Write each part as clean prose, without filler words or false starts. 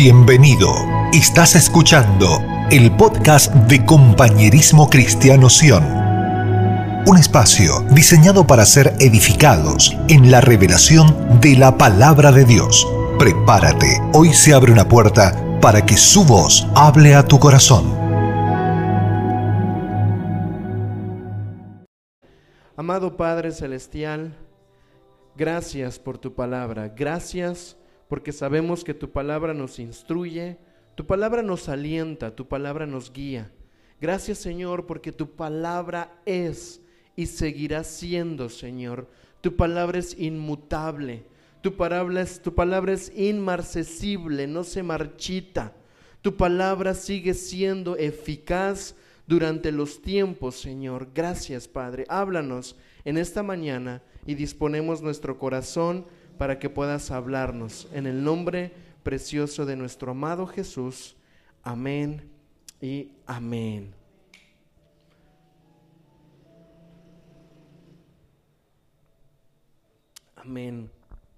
Bienvenido. Estás escuchando el podcast de Compañerismo Cristiano Sion. Un espacio diseñado para ser edificados en la revelación de la palabra de Dios. Prepárate, hoy se abre una puerta para que su voz hable a tu corazón. Amado Padre Celestial, gracias por tu palabra, gracias porque sabemos que tu palabra nos instruye, tu palabra nos alienta, tu palabra nos guía. Gracias, Señor, porque tu palabra es y seguirá siendo, Señor. Tu palabra es inmutable, tu palabra es inmarcesible, no se marchita. Tu palabra sigue siendo eficaz durante los tiempos, Señor. Gracias, Padre. Háblanos en esta mañana y disponemos nuestro corazón para que puedas hablarnos. En el nombre precioso de nuestro amado Jesús. Amén y amén. Amén.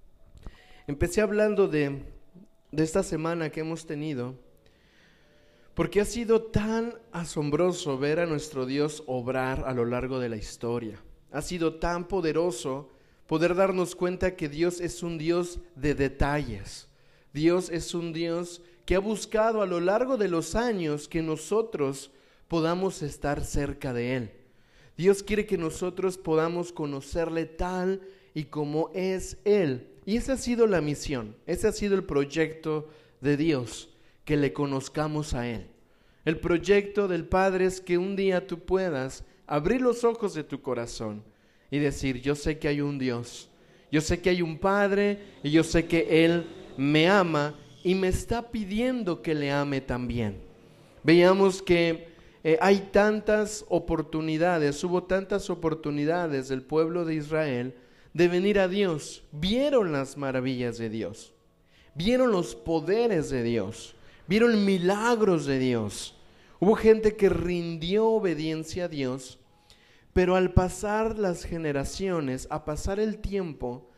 Empecé hablando de esta semana que hemos tenido, porque ha sido tan asombroso ver a nuestro Dios obrar a lo largo de la historia. Ha sido tan poderoso poder darnos cuenta que Dios es un Dios de detalles. Dios es un Dios que ha buscado a lo largo de los años que nosotros podamos estar cerca de Él. Dios quiere que nosotros podamos conocerle tal y como es Él. Y esa ha sido la misión, ese ha sido el proyecto de Dios, que le conozcamos a Él. El proyecto del Padre es que un día tú puedas abrir los ojos de tu corazón y decir: yo sé que hay un Dios, yo sé que hay un Padre y yo sé que Él me ama y me está pidiendo que le ame también. Veíamos que hay tantas oportunidades, hubo tantas oportunidades del pueblo de Israel de venir a Dios. Vieron las maravillas de Dios, vieron los poderes de Dios, vieron milagros de Dios. Hubo gente que rindió obediencia a Dios, pero al pasar las generaciones, a pasar el tiempo,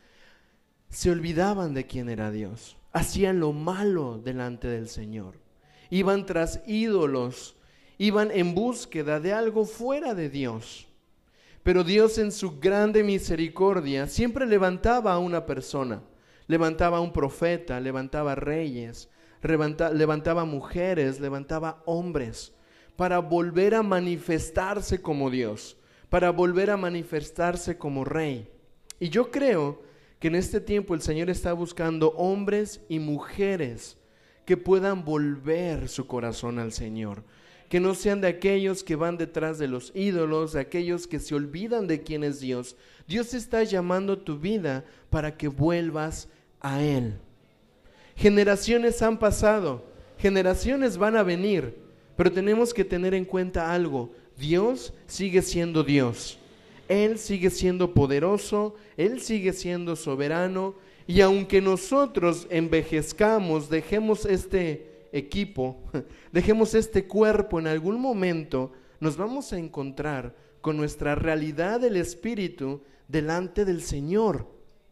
se olvidaban de quién era Dios. Hacían lo malo delante del Señor. Iban tras ídolos, iban en búsqueda de algo fuera de Dios. Pero Dios, en su grande misericordia, siempre levantaba a una persona. Levantaba a un profeta, levantaba reyes, levantaba mujeres, levantaba hombres, para volver a manifestarse como Dios, para volver a manifestarse como Rey. Y yo creo que en este tiempo el Señor está buscando hombres y mujeres que puedan volver su corazón al Señor, que no sean de aquellos que van detrás de los ídolos, de aquellos que se olvidan de quién es Dios. Dios está llamando tu vida para que vuelvas a Él. Generaciones han pasado, generaciones van a venir, pero tenemos que tener en cuenta algo: Dios sigue siendo Dios, Él sigue siendo poderoso, Él sigue siendo soberano, y aunque nosotros envejezcamos, dejemos este equipo, dejemos este cuerpo, en algún momento nos vamos a encontrar con nuestra realidad del Espíritu delante del Señor.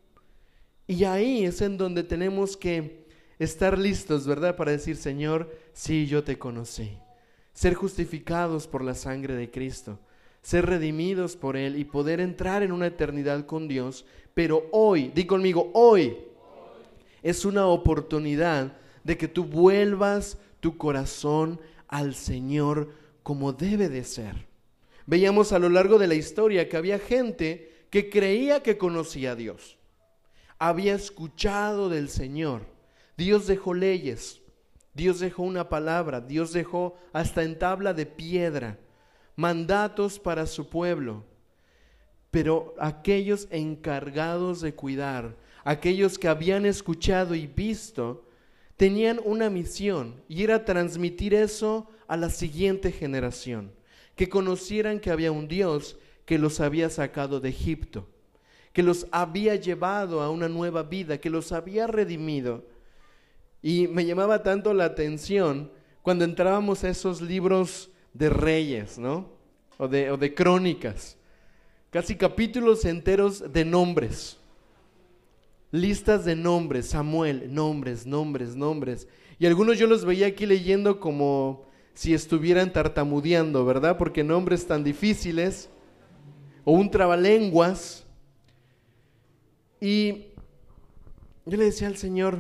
Y ahí es en donde tenemos que estar listos, ¿verdad? Para decir: Señor, sí, yo te conocí. Ser justificados por la sangre de Cristo, ser redimidos por Él y poder entrar en una eternidad con Dios. Pero hoy, di conmigo, hoy es una oportunidad de que tú vuelvas tu corazón al Señor como debe de ser. Veíamos a lo largo de la historia que había gente que creía que conocía a Dios, había escuchado del Señor. Dios dejó leyes, Dios dejó una palabra, Dios dejó hasta en tabla de piedra mandatos para su pueblo. Pero aquellos encargados de cuidar, aquellos que habían escuchado y visto, tenían una misión, y era transmitir eso a la siguiente generación, que conocieran que había un Dios que los había sacado de Egipto, que los había llevado a una nueva vida, que los había redimido. Y me llamaba tanto la atención cuando entrábamos a esos libros de reyes, ¿no? O de crónicas, casi capítulos enteros de nombres. listas de nombres, Samuel, nombres. Y algunos yo los veía aquí leyendo como si estuvieran tartamudeando, ¿verdad? Porque nombres tan difíciles, o un trabalenguas. Y yo le decía al Señor,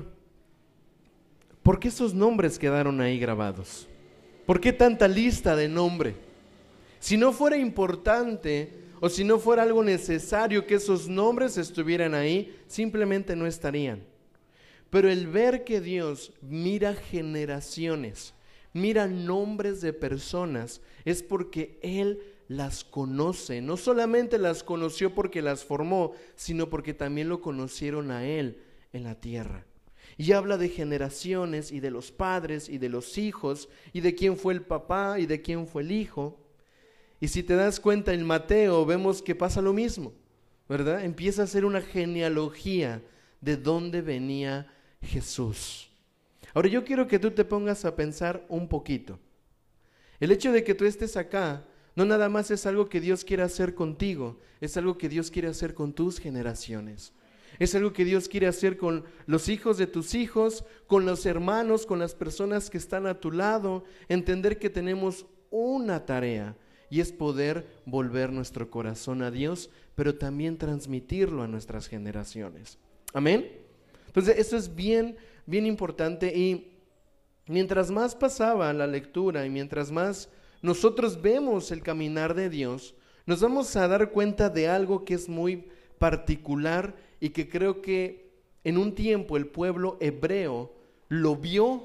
¿por qué esos nombres quedaron ahí grabados? ¿Por qué tanta lista de nombre? Si no fuera importante o si no fuera algo necesario que esos nombres estuvieran ahí, simplemente no estarían. Pero el ver que Dios mira generaciones, mira nombres de personas, es porque Él las conoce. No solamente las conoció porque las formó, sino porque también lo conocieron a Él en la tierra. Y habla de generaciones y de los padres y de los hijos y de quién fue el papá y de quién fue el hijo. Y si te das cuenta en Mateo vemos que pasa lo mismo, ¿verdad? Empieza a hacer una genealogía de dónde venía Jesús. Ahora yo quiero que tú te pongas a pensar un poquito. El hecho de que tú estés acá no nada más es algo que Dios quiere hacer contigo, es algo que Dios quiere hacer con tus generaciones. Es algo que Dios quiere hacer con los hijos de tus hijos, con los hermanos, con las personas que están a tu lado. Entender que tenemos una tarea y es poder volver nuestro corazón a Dios, pero también transmitirlo a nuestras generaciones. Amén. Entonces eso es bien importante, y mientras más pasaba la lectura y mientras más nosotros vemos el caminar de Dios, nos vamos a dar cuenta de algo que es muy particular y que creo que en un tiempo el pueblo hebreo lo vio,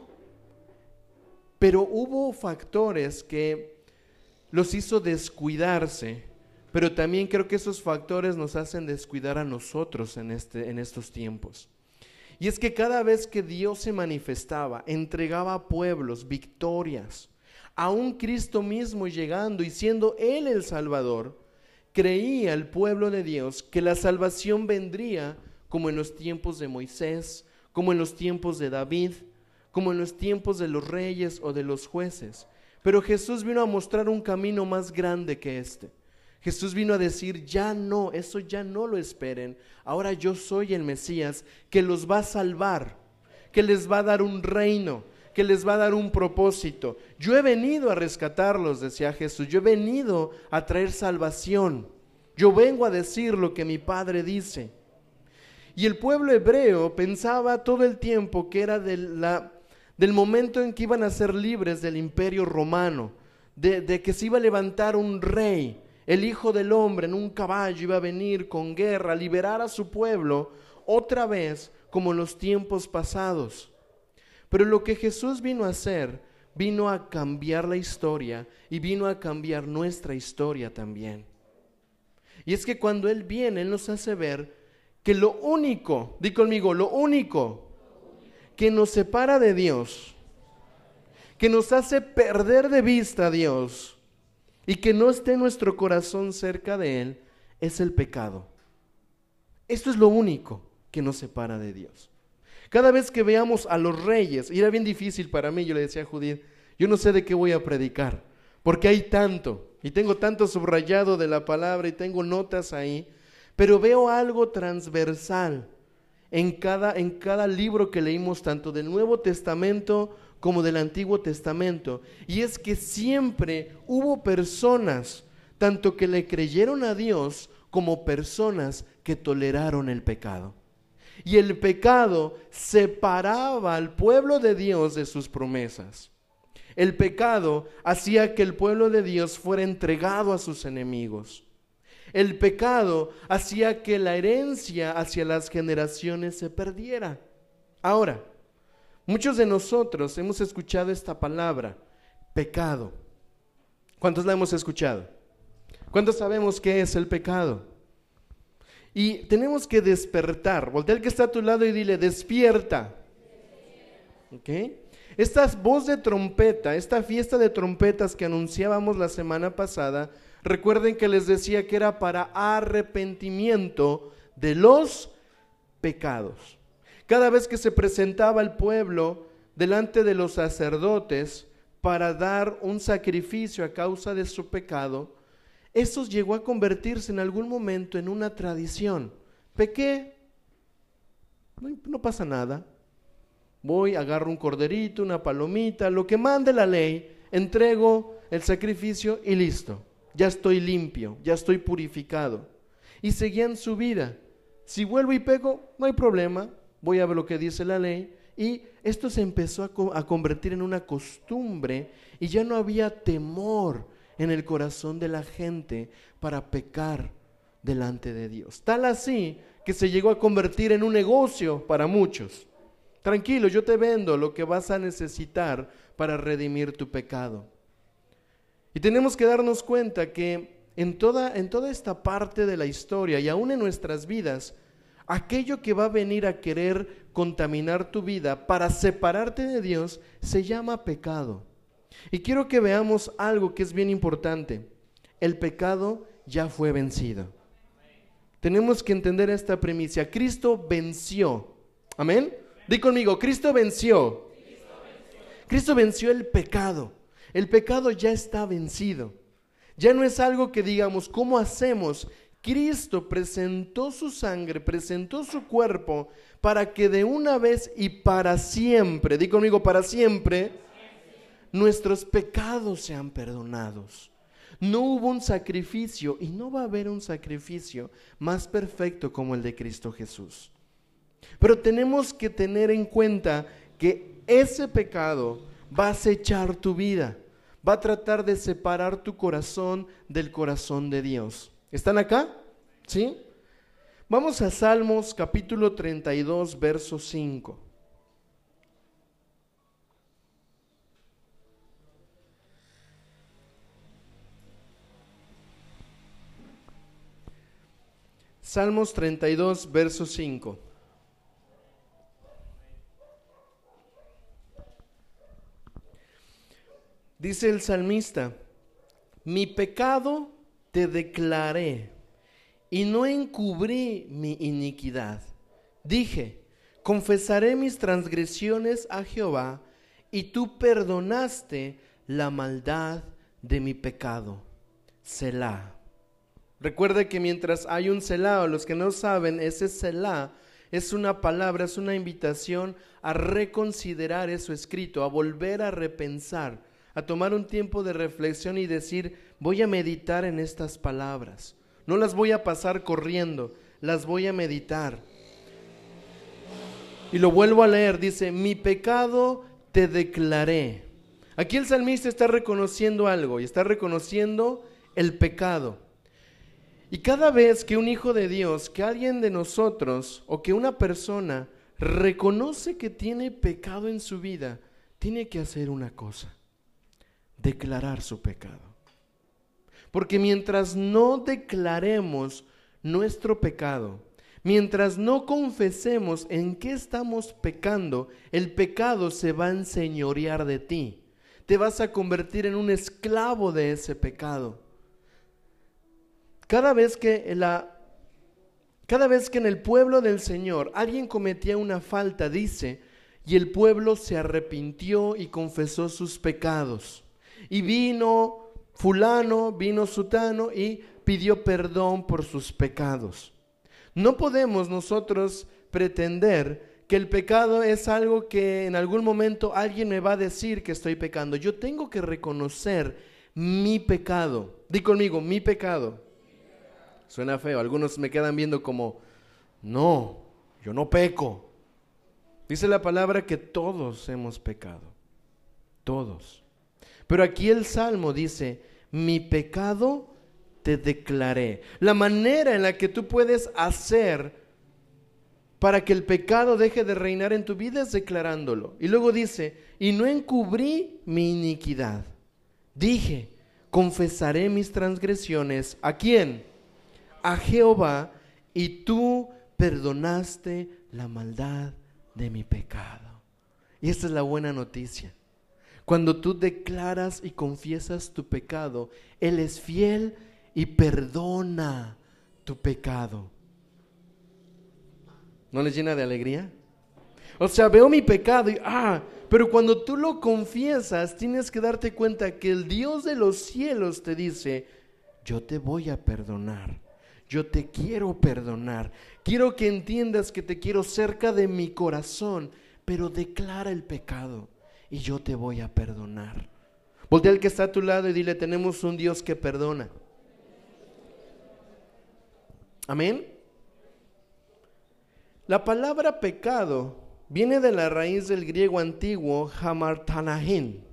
pero hubo factores que los hizo descuidarse, pero también creo que esos factores nos hacen descuidar a nosotros en estos tiempos. Y es que cada vez que Dios se manifestaba, entregaba a pueblos victorias, aún Cristo mismo llegando y siendo Él el Salvador, creía el pueblo de Dios que la salvación vendría como en los tiempos de Moisés, como en los tiempos de David, como en los tiempos de los reyes o de los jueces. Pero Jesús vino a mostrar un camino más grande que este. Jesús vino a decir, ya no, eso ya no lo esperen. Ahora yo soy el Mesías que los va a salvar, que les va a dar un reino, que les va a dar un propósito. Yo he venido a rescatarlos, decía Jesús. Yo he venido a traer salvación. Yo vengo a decir lo que mi Padre dice. Y el pueblo hebreo pensaba todo el tiempo que era del momento en que iban a ser libres del imperio romano, de que se iba a levantar un rey, el Hijo del Hombre en un caballo iba a venir con guerra, a liberar a su pueblo otra vez como en los tiempos pasados. Pero lo que Jesús vino a hacer, vino a cambiar la historia y vino a cambiar nuestra historia también. Y es que cuando Él viene, Él nos hace ver que lo único, di conmigo, lo único que nos separa de Dios, que nos hace perder de vista a Dios y que no esté nuestro corazón cerca de Él, es el pecado. Esto es lo único que nos separa de Dios. Cada vez que veamos a los reyes, y era bien difícil para mí, yo le decía a Judith, yo no sé de qué voy a predicar, porque hay tanto, y tengo tanto subrayado de la palabra, y tengo notas ahí, pero veo algo transversal en cada libro que leímos, tanto del Nuevo Testamento como del Antiguo Testamento, y es que siempre hubo personas, tanto que le creyeron a Dios, como personas que toleraron el pecado. Y el pecado separaba al pueblo de Dios de sus promesas. El pecado hacía que el pueblo de Dios fuera entregado a sus enemigos. El pecado hacía que la herencia hacia las generaciones se perdiera. Ahora, muchos de nosotros hemos escuchado esta palabra, pecado. ¿Cuántos la hemos escuchado? ¿Cuántos sabemos qué es el pecado? Y tenemos que despertar. Voltea al que está a tu lado y dile, despierta. ¿Okay? Esta voz de trompeta, esta fiesta de trompetas que anunciábamos la semana pasada, recuerden que les decía que era para arrepentimiento de los pecados. Cada vez que se presentaba el pueblo delante de los sacerdotes para dar un sacrificio a causa de su pecado, eso llegó a convertirse en algún momento en una tradición. Pequé, no pasa nada. Voy, agarro un corderito, una palomita, lo que mande la ley, entrego el sacrificio y listo. Ya estoy limpio, ya estoy purificado. Y seguían su vida. Si vuelvo y peco, no hay problema, voy a ver lo que dice la ley. Y esto se empezó a convertir en una costumbre y ya no había temor en el corazón de la gente para pecar delante de Dios. Tal así que se llegó a convertir en un negocio para muchos. Tranquilo, yo te vendo lo que vas a necesitar para redimir tu pecado. Y tenemos que darnos cuenta que en toda esta parte de la historia y aún en nuestras vidas, aquello que va a venir a querer contaminar tu vida para separarte de Dios se llama pecado. Y quiero que veamos algo que es bien importante. El pecado ya fue vencido. Tenemos que entender esta premisa. Cristo venció. Amén. Di conmigo, Cristo venció. Cristo venció el pecado. El pecado ya está vencido. Ya no es algo que digamos, ¿cómo hacemos? Cristo presentó su sangre, presentó su cuerpo para que de una vez y para siempre, di conmigo, para siempre, nuestros pecados sean perdonados. No hubo un sacrificio y no va a haber un sacrificio más perfecto como el de Cristo Jesús. Pero tenemos que tener en cuenta que ese pecado va a acechar tu vida, va a tratar de separar tu corazón del corazón de Dios. ¿Están acá? ¿Sí? Vamos a Salmos capítulo 32, verso 5. Salmos 32, verso 5. Dice el salmista, mi pecado te declaré y no encubrí mi iniquidad. Dije, confesaré mis transgresiones a Jehová y tú perdonaste la maldad de mi pecado. Selah. Recuerda que mientras hay un Selah, o los que no saben, ese Selah es una palabra, es una invitación a reconsiderar eso escrito, a volver a repensar, a tomar un tiempo de reflexión y decir, voy a meditar en estas palabras. No las voy a pasar corriendo, las voy a meditar. Y lo vuelvo a leer, dice, mi pecado te declaré. Aquí el salmista está reconociendo algo y está reconociendo el pecado. Y cada vez que un hijo de Dios, que alguien de nosotros o que una persona reconoce que tiene pecado en su vida, tiene que hacer una cosa: declarar su pecado. Porque mientras no declaremos nuestro pecado, mientras no confesemos en qué estamos pecando, el pecado se va a enseñorear de ti. Te vas a convertir en un esclavo de ese pecado. Cada vez que en el pueblo del Señor alguien cometía una falta, dice, y el pueblo se arrepintió y confesó sus pecados. Y vino fulano, vino sutano y pidió perdón por sus pecados. No podemos nosotros pretender que el pecado es algo que en algún momento alguien me va a decir que estoy pecando. Yo tengo que reconocer mi pecado. Di conmigo, mi pecado. Suena feo, algunos me quedan viendo como, no, yo no peco. Dice la palabra que todos hemos pecado, todos. Pero aquí el Salmo dice, mi pecado te declaré. La manera en la que tú puedes hacer para que el pecado deje de reinar en tu vida es declarándolo. Y luego dice, y no encubrí mi iniquidad. Dije, confesaré mis transgresiones. ¿A quién? A Jehová, y tú perdonaste la maldad de mi pecado. Y esta es la buena noticia. Cuando tú declaras y confiesas tu pecado, Él es fiel y perdona tu pecado. ¿No les llena de alegría? O sea, veo mi pecado y pero cuando tú lo confiesas, tienes que darte cuenta que el Dios de los cielos te dice, yo te voy a perdonar. yo te quiero perdonar. Quiero que entiendas que te quiero cerca de mi corazón, pero declara el pecado y yo te voy a perdonar. Voltea al que está a tu lado y dile, tenemos un Dios que perdona. Amén. La palabra pecado viene de la raíz del griego antiguo hamartanahin.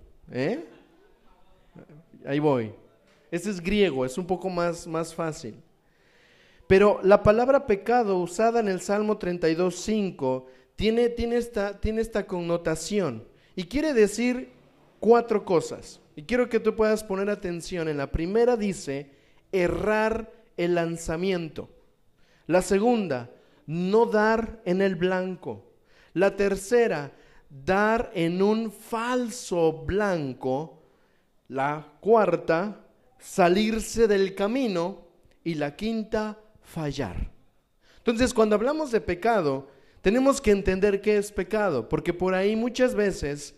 Ahí voy. Ese es griego, es un poco más fácil. Pero la palabra pecado usada en el Salmo 32:5 tiene esta connotación y quiere decir 4 cosas. Y quiero que tú puedas poner atención. En la primera dice, errar el lanzamiento. La segunda, no dar en el blanco. La tercera, dar en un falso blanco. La cuarta, salirse del camino. Y la quinta, fallar. Entonces, cuando hablamos de pecado, tenemos que entender qué es pecado, porque por ahí muchas veces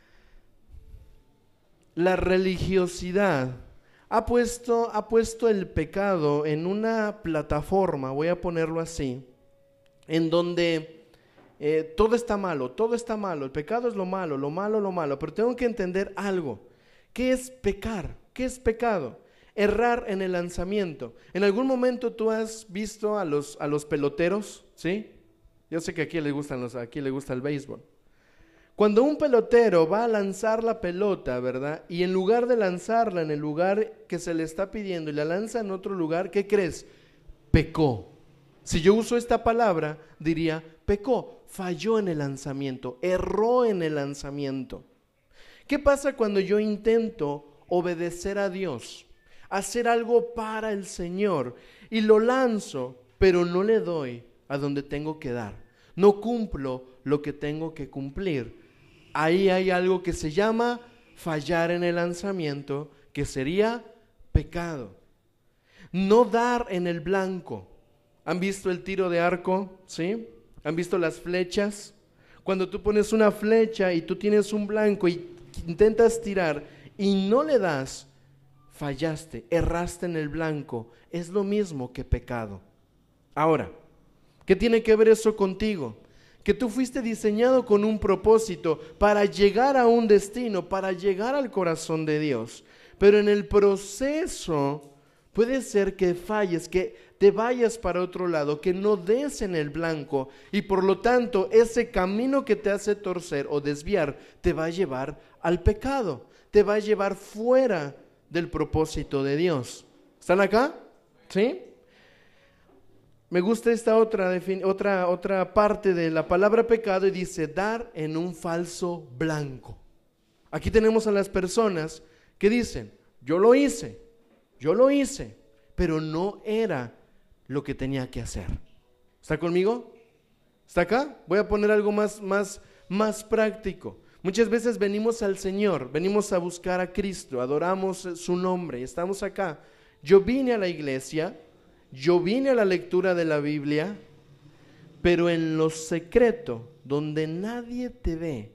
la religiosidad ha puesto el pecado en una plataforma, voy a ponerlo así, en donde todo está malo, el pecado es lo malo, pero tengo que entender algo. ¿Qué es pecar? ¿Qué es pecado? Errar en el lanzamiento. ¿En algún momento tú has visto a los peloteros? ¿Sí? Yo sé que aquí le gusta el béisbol. Cuando un pelotero va a lanzar la pelota, ¿verdad? Y en lugar de lanzarla en el lugar que se le está pidiendo y la lanza en otro lugar, ¿qué crees? Pecó. Si yo uso esta palabra, diría pecó, falló en el lanzamiento, erró en el lanzamiento. ¿Qué pasa cuando yo intento obedecer a Dios, hacer algo para el Señor y lo lanzo, pero no le doy a donde tengo que dar? No cumplo lo que tengo que cumplir. Ahí hay algo que se llama fallar en el lanzamiento, que sería pecado. No dar en el blanco. ¿Han visto el tiro de arco? ¿Sí? ¿Han visto las flechas? Cuando tú pones una flecha y tú tienes un blanco y intentas tirar y no le das, fallaste, erraste en el blanco. Es lo mismo que pecado. Ahora, ¿qué tiene que ver eso contigo? Que tú fuiste diseñado con un propósito para llegar a un destino, para llegar al corazón de Dios. Pero en el proceso puede ser que falles, que te vayas para otro lado, que no des en el blanco y por lo tanto ese camino que te hace torcer o desviar te va a llevar al pecado, te va a llevar fuera del propósito de Dios. ¿Están acá? ¿Sí? Me gusta esta otra parte de la palabra pecado y dice dar en un falso blanco. Aquí tenemos a las personas que dicen, yo lo hice, pero no era lo que tenía que hacer. ¿Está conmigo? ¿Está acá? Voy a poner algo más práctico. Muchas veces venimos al Señor, venimos a buscar a Cristo, adoramos su nombre, estamos acá. Yo vine a la iglesia, yo vine a la lectura de la Biblia, pero en lo secreto, donde nadie te ve,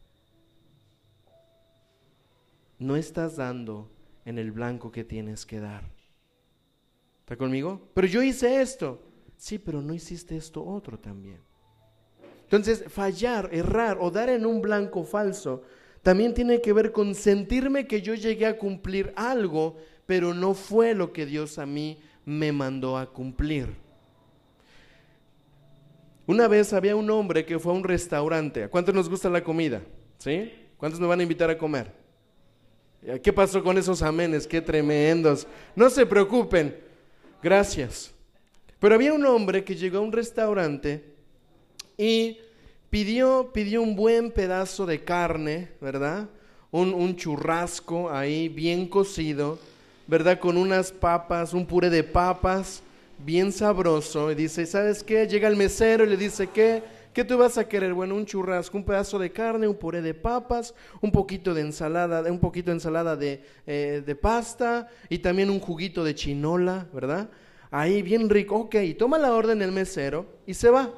no estás dando en el blanco que tienes que dar. ¿Está conmigo? Pero yo hice esto. Sí, pero no hiciste esto otro también. Entonces, fallar, errar o dar en un blanco falso también tiene que ver con sentirme que yo llegué a cumplir algo, pero no fue lo que Dios a mí me mandó a cumplir. Una vez había un hombre que fue a un restaurante. ¿A cuántos nos gusta la comida? ¿Sí? ¿Cuántos me van a invitar a comer? ¿Qué pasó con esos amenes? ¡Qué tremendos! No se preocupen. Gracias. Pero había un hombre que llegó a un restaurante y pidió un buen pedazo de carne, ¿verdad? Un churrasco ahí bien cocido, ¿verdad? Con unas papas, un puré de papas bien sabroso. Y dice, ¿sabes qué? Llega el mesero y le dice, ¿qué tú vas a querer? Bueno, un churrasco, un pedazo de carne, un puré de papas, un poquito de ensalada de pasta y también un juguito de chinola, ¿verdad? Ahí bien rico. Ok, toma la orden el mesero y se va.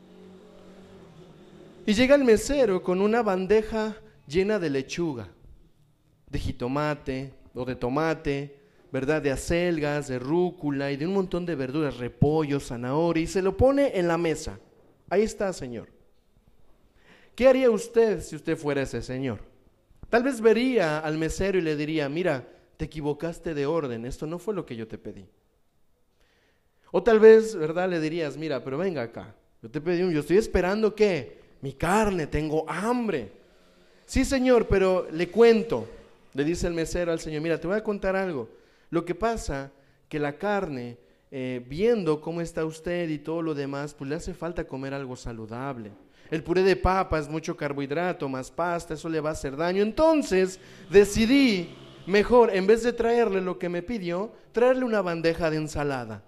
Y llega el mesero con una bandeja llena de lechuga, de jitomate o de tomate, ¿verdad? De acelgas, de rúcula y de un montón de verduras, repollo, zanahoria, y se lo pone en la mesa. Ahí está, Señor. ¿Qué haría usted si usted fuera ese Señor? Tal vez vería al mesero y le diría, mira, te equivocaste de orden, esto no fue lo que yo te pedí. O tal vez, ¿verdad? Le dirías, mira, pero venga acá, yo estoy esperando que mi carne, tengo hambre. Sí, Señor, pero le cuento, le dice el mesero al Señor, mira, te voy a contar algo. Lo que pasa que la carne, viendo cómo está usted y todo lo demás, pues le hace falta comer algo saludable. El puré de papa es mucho carbohidrato, más pasta, eso le va a hacer daño. Entonces decidí mejor, en vez de traerle lo que me pidió, traerle una bandeja de ensalada.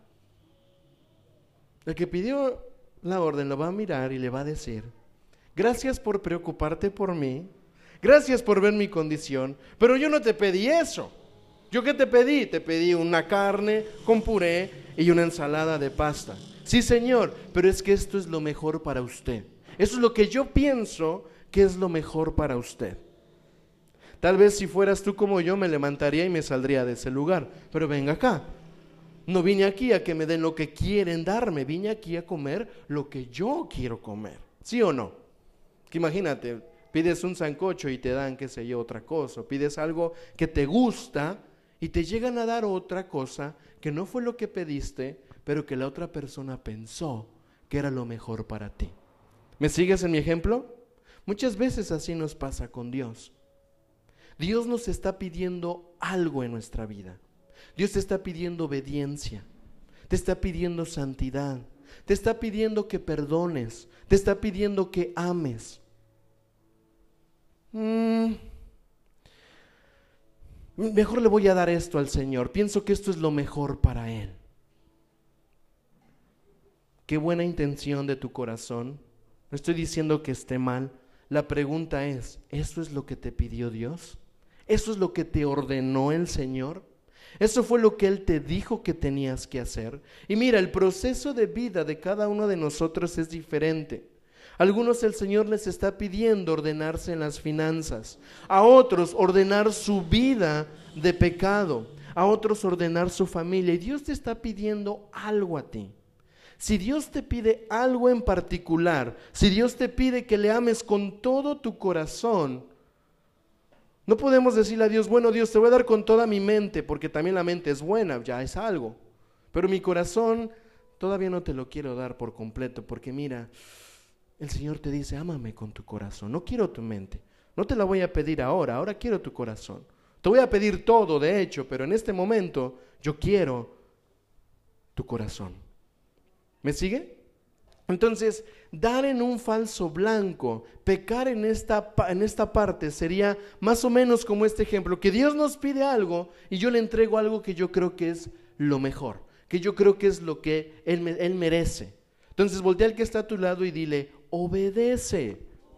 El que pidió la orden lo va a mirar y le va a decir, gracias por preocuparte por mí, gracias por ver mi condición, pero yo no te pedí eso. ¿Yo qué te pedí? Te pedí una carne con puré y una ensalada de pasta. Sí, Señor, pero es que esto es lo mejor para usted. Eso es lo que yo pienso que es lo mejor para usted. Tal vez si fueras tú como yo me levantaría y me saldría de ese lugar, pero venga acá. No vine aquí a que me den lo que quieren darme, vine aquí a comer lo que yo quiero comer. ¿Sí o no? Que imagínate, pides un sancocho y te dan, qué sé yo, otra cosa. Pides algo que te gusta y te llegan a dar otra cosa que no fue lo que pediste, pero que la otra persona pensó que era lo mejor para ti. ¿Me sigues en mi ejemplo? Muchas veces así nos pasa con Dios. Dios nos está pidiendo algo en nuestra vida. Dios te está pidiendo obediencia, te está pidiendo santidad, te está pidiendo que perdones, te está pidiendo que ames. Mejor le voy a dar esto al Señor, pienso que esto es lo mejor para Él. Qué buena intención de tu corazón. No estoy diciendo que esté mal. La pregunta es, ¿eso es lo que te pidió Dios? ¿Eso es lo que te ordenó el Señor? ¿Eso fue lo que Él te dijo que tenías que hacer? Y mira, el proceso de vida de cada uno de nosotros es diferente. A algunos el Señor les está pidiendo ordenarse en las finanzas, a otros ordenar su vida de pecado, a otros ordenar su familia. Y Dios te está pidiendo algo a ti. Si Dios te pide algo en particular, si Dios te pide que le ames con todo tu corazón, no podemos decirle a Dios, bueno, Dios, te voy a dar con toda mi mente, porque también la mente es buena, ya es algo. Pero mi corazón todavía no te lo quiero dar por completo, porque mira, el Señor te dice, ámame con tu corazón, no quiero tu mente. No te la voy a pedir ahora quiero tu corazón. Te voy a pedir todo, de hecho, pero en este momento yo quiero tu corazón. ¿Me sigue? Entonces, dar en un falso blanco, pecar en esta parte sería más o menos como este ejemplo, que Dios nos pide algo y yo le entrego algo que yo creo que es lo mejor, que yo creo que es lo que Él merece. Entonces, voltea al que está a tu lado y dile, obedece.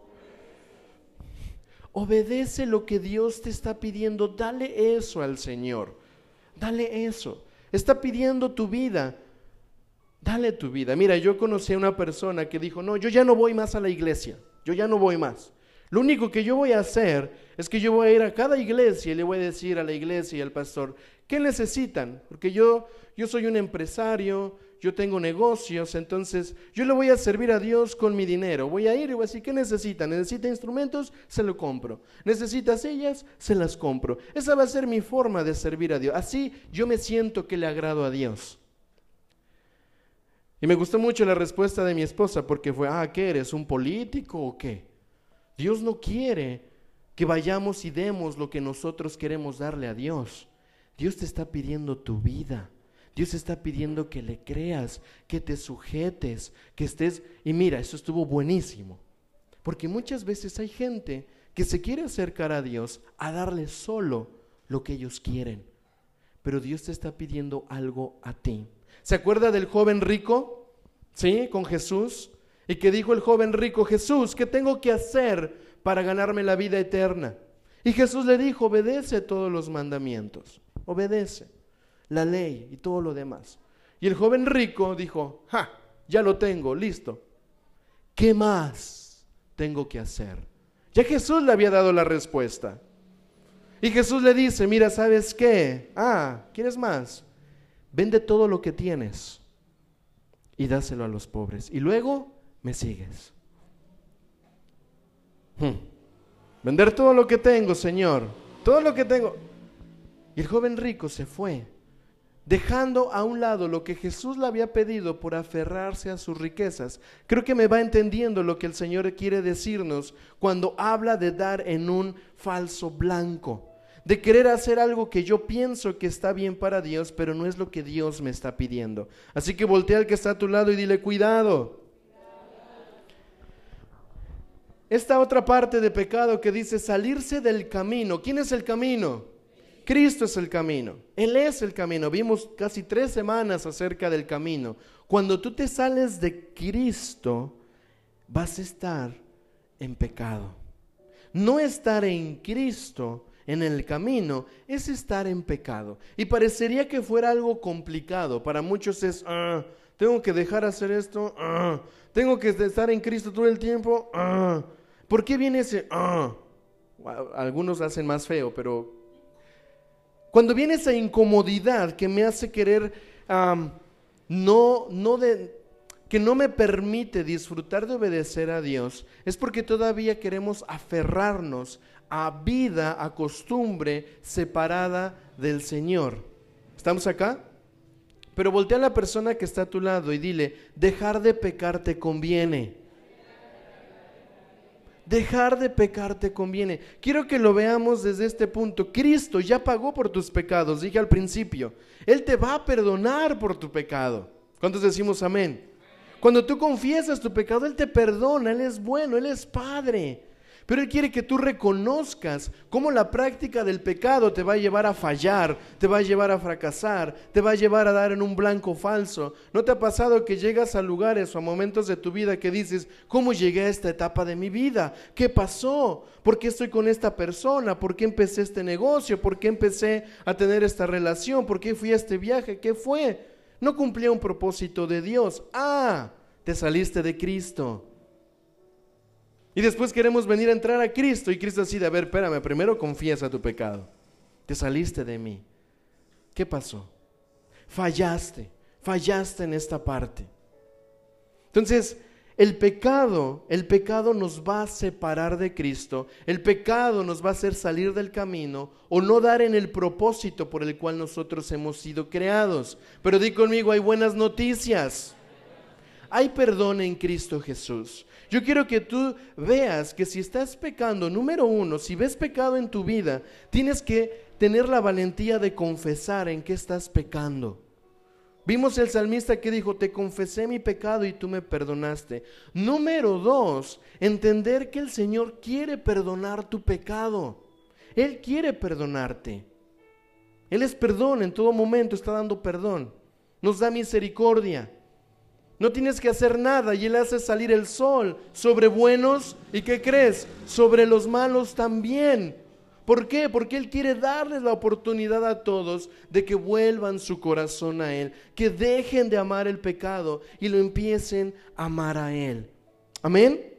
Obedece lo que Dios te está pidiendo, dale eso al Señor, dale eso. Está pidiendo tu vida. Dale tu vida. Mira, yo conocí a una persona que dijo, no, yo ya no voy más a la iglesia, yo ya no voy más. Lo único que yo voy a hacer es que yo voy a ir a cada iglesia y le voy a decir a la iglesia y al pastor, ¿qué necesitan? Porque yo soy un empresario, yo tengo negocios, entonces yo le voy a servir a Dios con mi dinero. Voy a ir y voy a decir, ¿qué necesitan? ¿Necesita instrumentos? Se lo compro. ¿Necesita sillas? Se las compro. Esa va a ser mi forma de servir a Dios. Así yo me siento que le agrado a Dios. Y me gustó mucho la respuesta de mi esposa porque fue, ¿qué eres? ¿Un político o qué? Dios no quiere que vayamos y demos lo que nosotros queremos darle a Dios. Dios te está pidiendo tu vida. Dios te está pidiendo que le creas, que te sujetes, que estés... Y mira, eso estuvo buenísimo. Porque muchas veces hay gente que se quiere acercar a Dios a darle solo lo que ellos quieren. Pero Dios te está pidiendo algo a ti. ¿Se acuerda del joven rico? ¿Sí? Con Jesús. Y que dijo el joven rico, Jesús, ¿qué tengo que hacer para ganarme la vida eterna? Y Jesús le dijo, obedece todos los mandamientos. Obedece la ley y todo lo demás. Y el joven rico dijo, ya lo tengo, listo. ¿Qué más tengo que hacer? Ya Jesús le había dado la respuesta. Y Jesús le dice, mira, ¿sabes qué? ¿Quieres más? Vende todo lo que tienes y dáselo a los pobres. Y luego me sigues. Vender todo lo que tengo, Señor. Todo lo que tengo. Y el joven rico se fue, dejando a un lado lo que Jesús le había pedido por aferrarse a sus riquezas. Creo que me va entendiendo lo que el Señor quiere decirnos cuando habla de dar en un falso blanco, de querer hacer algo que yo pienso que está bien para Dios, pero no es lo que Dios me está pidiendo. Así que voltea al que está a tu lado y dile, cuidado. Esta otra parte de pecado que dice salirse del camino. ¿Quién es el camino? Cristo es el camino. Él es el camino. Vimos casi 3 semanas acerca del camino. Cuando tú te sales de Cristo, vas a estar en pecado. No estar en Cristo, en el camino, es estar en pecado. Y parecería que fuera algo complicado. Para muchos es, tengo que dejar hacer esto, tengo que estar en Cristo todo el tiempo. ¿Por qué viene ese? Algunos hacen más feo, pero cuando viene esa incomodidad que me hace querer, que no me permite disfrutar de obedecer a Dios, es porque todavía queremos aferrarnos a vida, a costumbre separada del Señor. ¿Estamos acá? Pero voltea a la persona que está a tu lado y dile, dejar de pecar te conviene. Dejar de pecar te conviene. Quiero que lo veamos desde este punto. Cristo ya pagó por tus pecados, dije al principio. Él te va a perdonar por tu pecado. ¿Cuántos decimos amén? Cuando tú confiesas tu pecado, Él te perdona. Él es bueno, Él es Padre. Pero Él quiere que tú reconozcas cómo la práctica del pecado te va a llevar a fallar, te va a llevar a fracasar, te va a llevar a dar en un blanco falso. ¿No te ha pasado que llegas a lugares o a momentos de tu vida que dices, ¿cómo llegué a esta etapa de mi vida? ¿Qué pasó? ¿Por qué estoy con esta persona? ¿Por qué empecé este negocio? ¿Por qué empecé a tener esta relación? ¿Por qué fui a este viaje? ¿Qué fue? No cumplía un propósito de Dios. Te saliste de Cristo. Y después queremos venir a entrar a Cristo y Cristo así de, a ver, espérame, primero confiesa tu pecado. Te saliste de mí. ¿Qué pasó? Fallaste en esta parte. Entonces, el pecado nos va a separar de Cristo. El pecado nos va a hacer salir del camino o no dar en el propósito por el cual nosotros hemos sido creados. Pero di conmigo, hay buenas noticias. Hay perdón en Cristo Jesús. Yo quiero que tú veas que si estás pecando, número 1, si ves pecado en tu vida, tienes que tener la valentía de confesar en qué estás pecando. Vimos el salmista que dijo, te confesé mi pecado y tú me perdonaste. Número 2, entender que el Señor quiere perdonar tu pecado. Él quiere perdonarte. Él es perdón, en todo momento está dando perdón. Nos da misericordia. No tienes que hacer nada y Él hace salir el sol sobre buenos y ¿qué crees? Sobre los malos también. ¿Por qué? Porque Él quiere darles la oportunidad a todos de que vuelvan su corazón a Él, que dejen de amar el pecado y lo empiecen a amar a Él. Amén.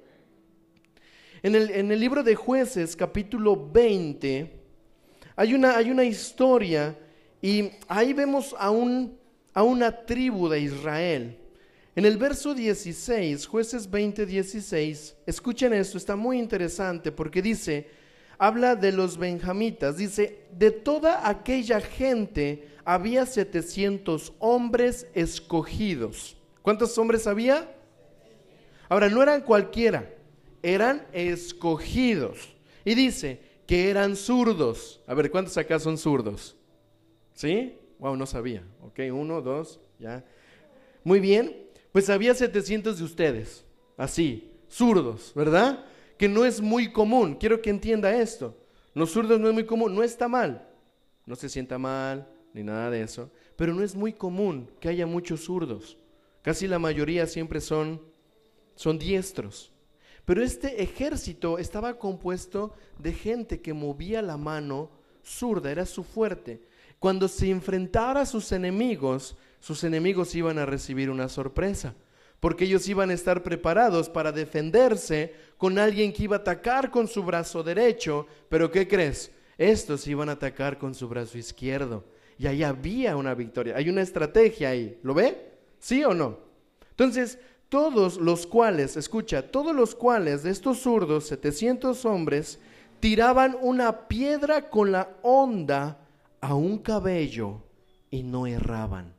En el libro de Jueces, capítulo 20, hay una historia y ahí vemos a una tribu de Israel. En el verso 16, Jueces 20, 16, escuchen esto, está muy interesante porque dice, habla de los benjamitas, dice, de toda aquella gente había 700 hombres escogidos. ¿Cuántos hombres había? Ahora, no eran cualquiera, eran escogidos. Y dice que eran zurdos. A ver, ¿cuántos acá son zurdos? ¿Sí? Wow, no sabía. Ok, 1, 2, ya. Muy bien. Pues había 700 de ustedes, así, zurdos, ¿verdad? Que no es muy común, quiero que entienda esto. Los zurdos no es muy común, no está mal, no se sienta mal, ni nada de eso, pero no es muy común que haya muchos zurdos. Casi la mayoría siempre son diestros. Pero este ejército estaba compuesto de gente que movía la mano zurda, era su fuerte. Cuando se enfrentara a sus enemigos iban a recibir una sorpresa, porque ellos iban a estar preparados para defenderse con alguien que iba a atacar con su brazo derecho, pero ¿qué crees? estos iban a atacar con su brazo izquierdo. Y ahí había una victoria, hay una estrategia ahí. ¿Lo ve? ¿Sí o no? Entonces, todos los cuales de estos zurdos, 700 hombres, tiraban una piedra con la honda a un cabello y no erraban.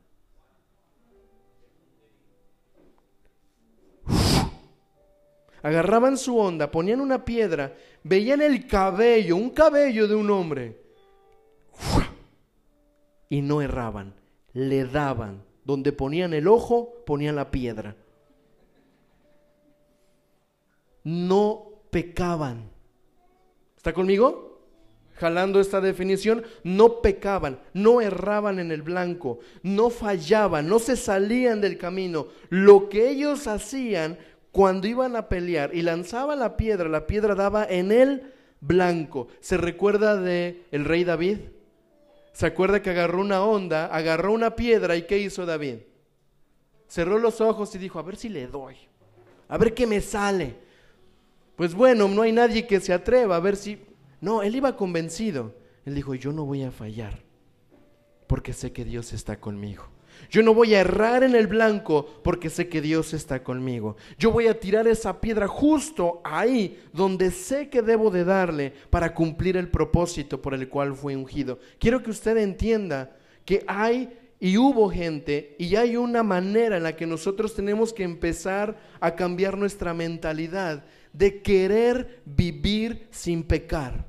Agarraban su honda, ponían una piedra, veían el cabello, un cabello de un hombre, y no erraban, le daban. Donde ponían el ojo, ponían la piedra. No pecaban. ¿Está conmigo? Jalando esta definición, no pecaban, no erraban en el blanco, no fallaban, no se salían del camino. Lo que ellos hacían cuando iban a pelear y lanzaban la piedra daba en el blanco. ¿Se recuerda de el rey David? ¿Se acuerda que agarró una honda, agarró una piedra y qué hizo David? Cerró los ojos y dijo, a ver si le doy, a ver qué me sale. Pues bueno, no hay nadie que se atreva, a ver si... No, él iba convencido. Él dijo, yo no voy a fallar, porque sé que Dios está conmigo. Yo no voy a errar en el blanco, porque sé que Dios está conmigo. Yo voy a tirar esa piedra justo ahí, donde sé que debo de darle para cumplir el propósito por el cual fue ungido. Quiero que usted entienda que hay y hubo gente y hay una manera en la que nosotros tenemos que empezar a cambiar nuestra mentalidad de querer vivir sin pecar,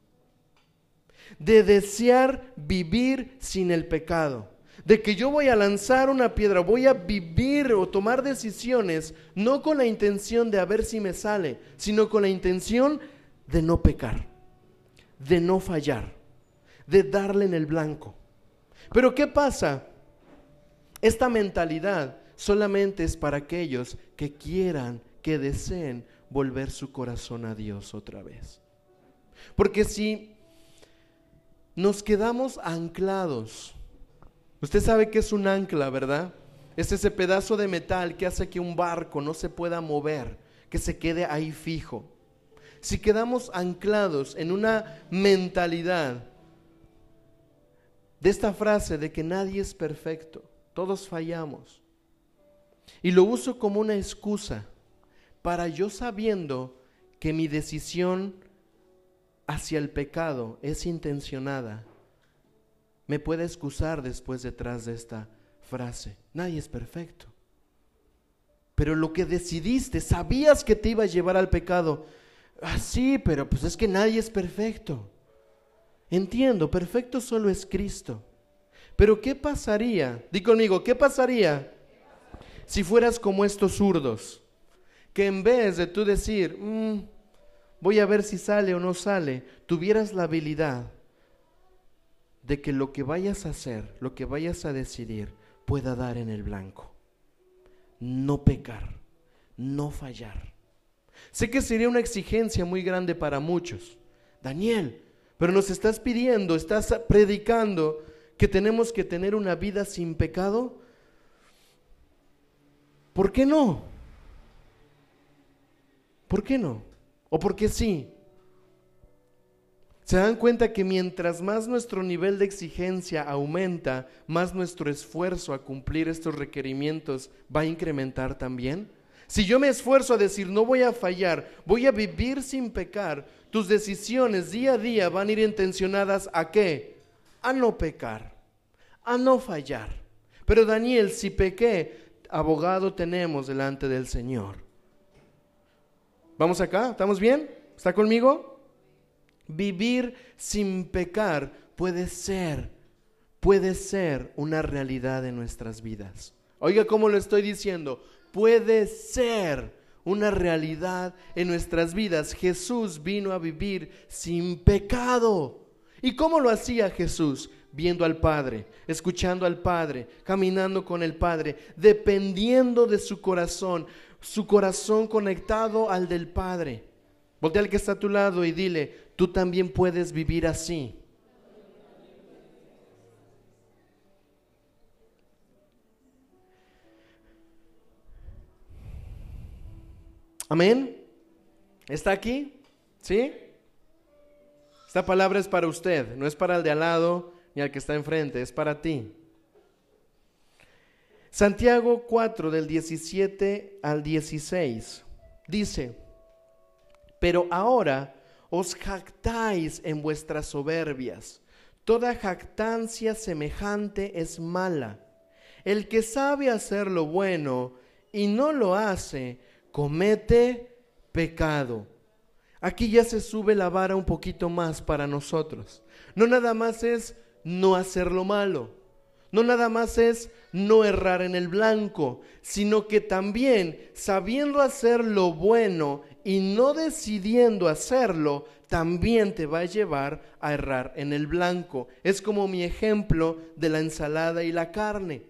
de desear vivir sin el pecado, de que yo voy a lanzar una piedra, voy a vivir o tomar decisiones no con la intención de a ver si me sale, sino con la intención de no pecar, de no fallar, de darle en el blanco. Pero ¿qué pasa? Esta mentalidad solamente es para aquellos que quieran, que deseen volver su corazón a Dios otra vez. Porque si nos quedamos anclados, usted sabe que es un ancla, ¿verdad? Es ese pedazo de metal que hace que un barco no se pueda mover, que se quede ahí fijo. Si quedamos anclados en una mentalidad de esta frase de que nadie es perfecto, todos fallamos, y lo uso como una excusa para yo, sabiendo que mi decisión hacia el pecado es intencionada, me puede excusar después detrás de esta frase. Nadie es perfecto. Pero lo que decidiste, sabías que te iba a llevar al pecado. Sí, pero pues es que nadie es perfecto. Entiendo, perfecto solo es Cristo. Pero ¿qué pasaría? Di conmigo, ¿qué pasaría si fueras como estos zurdos? Que en vez de tú decir, voy a ver si sale o no sale, tuvieras la habilidad de que lo que vayas a hacer, lo que vayas a decidir, pueda dar en el blanco. No pecar, no fallar. Sé que sería una exigencia muy grande para muchos. Daniel, pero nos estás pidiendo, estás predicando que tenemos que tener una vida sin pecado. ¿Por qué no? ¿Por qué no? ¿O por qué sí? ¿Se dan cuenta que mientras más nuestro nivel de exigencia aumenta, más nuestro esfuerzo a cumplir estos requerimientos va a incrementar también? Si yo me esfuerzo a decir no voy a fallar, voy a vivir sin pecar, tus decisiones día a día van a ir intencionadas ¿a qué? A no pecar, a no fallar. Pero Daniel, si pequé, abogado tenemos delante del Señor. ¿Vamos acá? ¿Estamos bien? ¿Está conmigo? Vivir sin pecar puede ser una realidad en nuestras vidas. Oiga cómo lo estoy diciendo, puede ser una realidad en nuestras vidas. Jesús vino a vivir sin pecado. ¿Y cómo lo hacía Jesús? Viendo al Padre, escuchando al Padre, caminando con el Padre, dependiendo de su corazón conectado al del Padre. Voltea al que está a tu lado y dile, tú también puedes vivir así. Amén. ¿Está aquí? ¿Sí? Esta palabra es para usted, no es para el de al lado ni al que está enfrente, es para ti. Santiago 4 del 17 al 16 dice: pero ahora os jactáis en vuestras soberbias. Toda jactancia semejante es mala. El que sabe hacer lo bueno y no lo hace, comete pecado. Aquí ya se sube la vara un poquito más para nosotros. No nada más es no hacer lo malo, no nada más es no errar en el blanco, sino que también sabiendo hacer lo bueno y no decidiendo hacerlo, también te va a llevar a errar en el blanco. Es como mi ejemplo de la ensalada y la carne.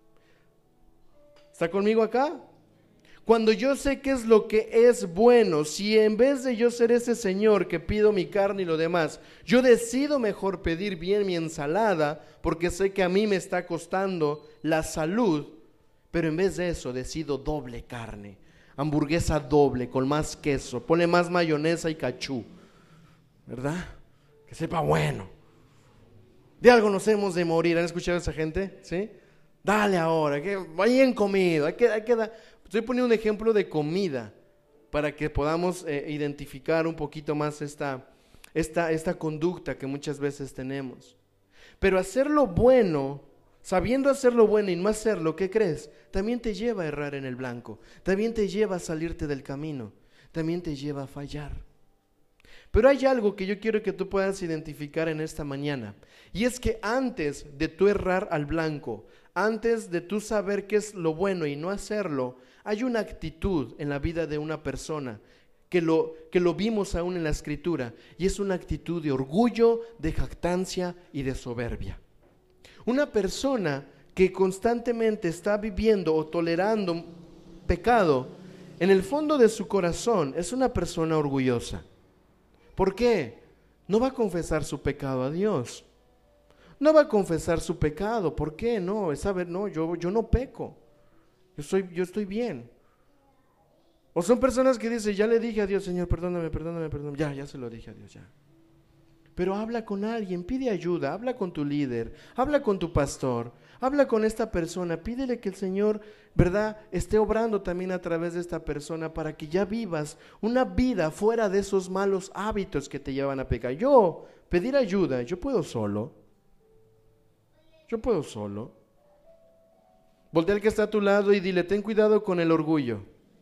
¿Está conmigo acá? Cuando yo sé qué es lo que es bueno, si en vez de yo ser ese señor que pido mi carne y lo demás, yo decido mejor pedir bien mi ensalada, porque sé que a mí me está costando la salud, pero en vez de eso decido doble carne, hamburguesa doble con más queso, ponle más mayonesa y cachú, ¿verdad? Que sepa bueno. De algo nos hemos de morir. ¿Han escuchado a esa gente? ¿Sí? Dale ahora, que vayan comido, hay que dar. Estoy poniendo un ejemplo de comida para que podamos identificar un poquito más esta conducta que muchas veces tenemos. Pero hacer lo bueno, sabiendo hacer lo bueno y no hacerlo, ¿qué crees? También te lleva a errar en el blanco, también te lleva a salirte del camino, también te lleva a fallar. Pero hay algo que yo quiero que tú puedas identificar en esta mañana, y es que antes de tú errar al blanco, antes de tú saber qué es lo bueno y no hacerlo, hay una actitud en la vida de una persona que lo vimos aún en la Escritura, y es una actitud de orgullo, de jactancia y de soberbia. Una persona que constantemente está viviendo o tolerando pecado, en el fondo de su corazón es una persona orgullosa. ¿Por qué? No va a confesar su pecado a Dios. No va a confesar su pecado. ¿Por qué? No, es saber, no, yo no peco. Yo estoy bien. O son personas que dicen, ya le dije a Dios, Señor, perdóname. Ya se lo dije a Dios, ya. Pero habla con alguien, pide ayuda, habla con tu líder, habla con tu pastor, habla con esta persona, pídele que el Señor, ¿verdad?, esté obrando también a través de esta persona para que ya vivas una vida fuera de esos malos hábitos que te llevan a pecar. Yo, pedir ayuda, yo puedo solo. Voltea al que está a tu lado y dile, ten cuidado con el orgullo.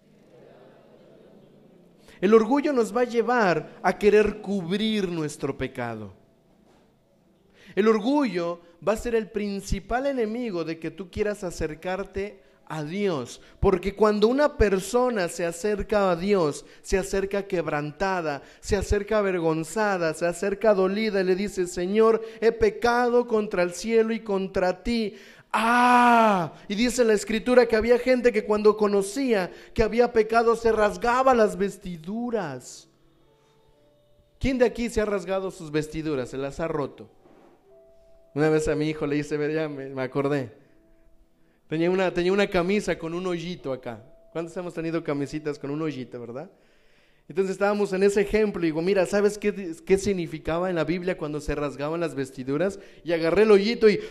El orgullo nos va a llevar a querer cubrir nuestro pecado. El orgullo va a ser el principal enemigo de que tú quieras acercarte a Dios, porque cuando una persona se acerca a Dios, se acerca quebrantada, se acerca avergonzada, se acerca dolida y le dice, Señor, he pecado contra el cielo y contra ti. Y dice la Escritura que había gente que cuando conocía que había pecado se rasgaba las vestiduras. ¿Quién de aquí se ha rasgado sus vestiduras? Se las ha roto. Una vez a mi hijo le hice ver, ya me acordé. Tenía una camisa con un hoyito acá. ¿Cuántos hemos tenido camisitas con un hoyito, verdad? Entonces estábamos en ese ejemplo y digo, mira, ¿sabes qué significaba en la Biblia cuando se rasgaban las vestiduras? Y agarré el hoyito y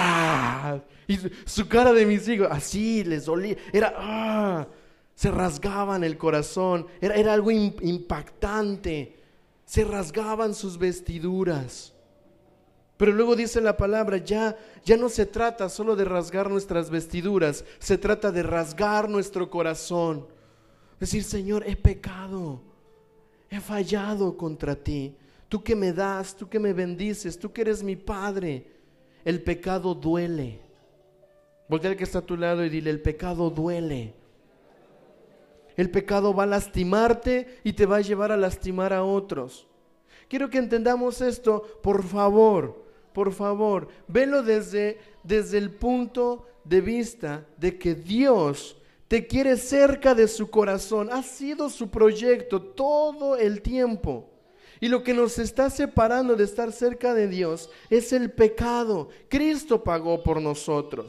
su cara de mis hijos, así les dolía, se rasgaban el corazón, era algo impactante, se rasgaban sus vestiduras. Pero luego dice la palabra, ya no se trata solo de rasgar nuestras vestiduras, se trata de rasgar nuestro corazón. Decir, Señor, he pecado, he fallado contra ti. Tú que me das, tú que me bendices, tú que eres mi Padre. El pecado duele. Voltea al que está a tu lado y dile, el pecado duele. El pecado va a lastimarte y te va a llevar a lastimar a otros. Quiero que entendamos esto, por favor, velo desde el punto de vista de que Dios te quiere cerca de su corazón. Ha sido su proyecto todo el tiempo. Y lo que nos está separando de estar cerca de Dios es el pecado. Cristo pagó por nosotros.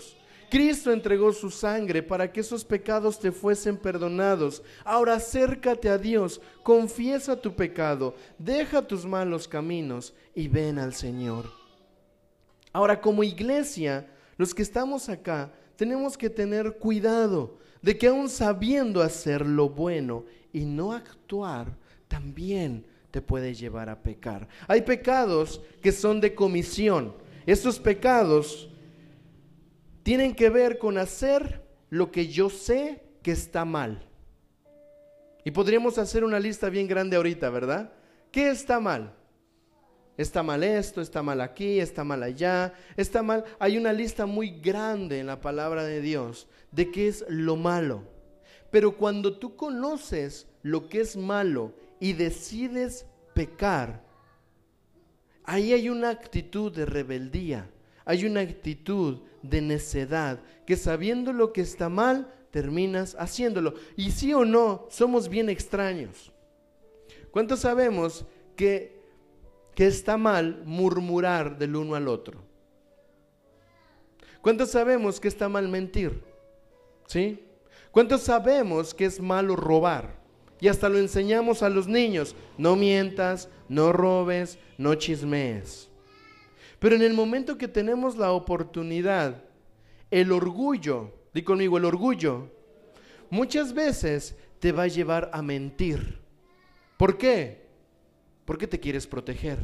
Cristo entregó su sangre para que esos pecados te fuesen perdonados. Ahora acércate a Dios, confiesa tu pecado, deja tus malos caminos y ven al Señor. Ahora, como iglesia, los que estamos acá, tenemos que tener cuidado de que aún sabiendo hacer lo bueno y no actuar, también te puede llevar a pecar. Hay pecados que son de comisión. Estos pecados tienen que ver con hacer lo que yo sé que está mal. Y podríamos hacer una lista bien grande ahorita, ¿verdad? ¿Qué está mal? Está mal esto, está mal aquí, está mal allá, está mal. Hay una lista muy grande en la palabra de Dios de qué es lo malo. Pero cuando tú conoces lo que es malo y decides pecar, ahí hay una actitud de rebeldía, hay una actitud de necedad, que sabiendo lo que está mal, terminas haciéndolo. Y sí o no, somos bien extraños. ¿Cuántos sabemos que está mal murmurar del uno al otro? ¿Cuántos sabemos que está mal mentir? ¿Sí? ¿Cuántos sabemos que es malo robar? Y hasta lo enseñamos a los niños: no mientas, no robes, no chismees. Pero en el momento que tenemos la oportunidad, el orgullo, di conmigo, el orgullo, muchas veces te va a llevar a mentir. ¿Por qué? Porque te quieres proteger.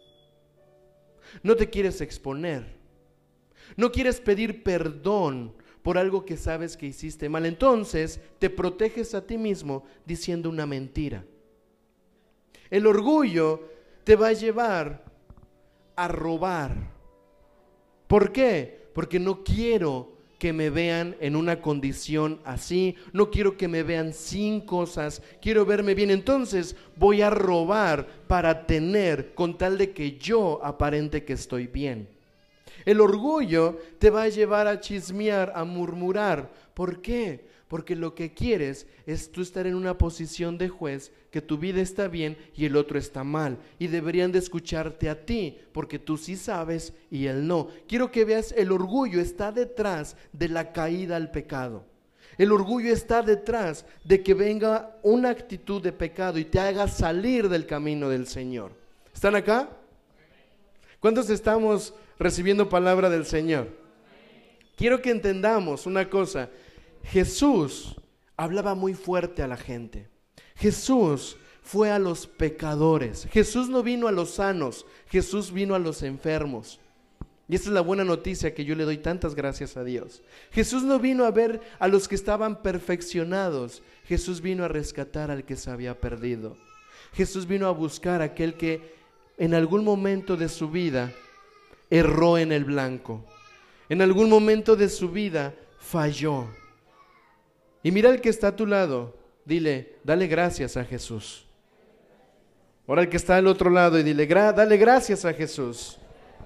No te quieres exponer. No quieres pedir perdón por algo que sabes que hiciste mal. Entonces te proteges a ti mismo diciendo una mentira. El orgullo te va a llevar a robar. ¿Por qué? Porque no quiero que me vean en una condición así, no quiero que me vean sin cosas, quiero verme bien. Entonces voy a robar para tener, con tal de que yo aparente que estoy bien. El orgullo te va a llevar a chismear, a murmurar. ¿Por qué? Porque lo que quieres es tú estar en una posición de juez, que tu vida está bien y el otro está mal, y deberían de escucharte a ti, porque tú sí sabes y él no. Quiero que veas, el orgullo está detrás de la caída al pecado. El orgullo está detrás de que venga una actitud de pecado y te haga salir del camino del Señor. ¿Están acá? ¿Cuántos estamos recibiendo palabra del Señor? Quiero que entendamos una cosa. Jesús hablaba muy fuerte a la gente. Jesús fue a los pecadores. Jesús no vino a los sanos, Jesús vino a los enfermos. Y esa es la buena noticia que yo le doy tantas gracias a Dios. Jesús no vino a ver a los que estaban perfeccionados, Jesús vino a rescatar al que se había perdido. Jesús vino a buscar a aquel que en algún momento de su vida erró en el blanco. En algún momento de su vida falló. Y mira al que está a tu lado, dile, dale gracias a Jesús. Ahora al que está al otro lado y dile, dale gracias a Jesús.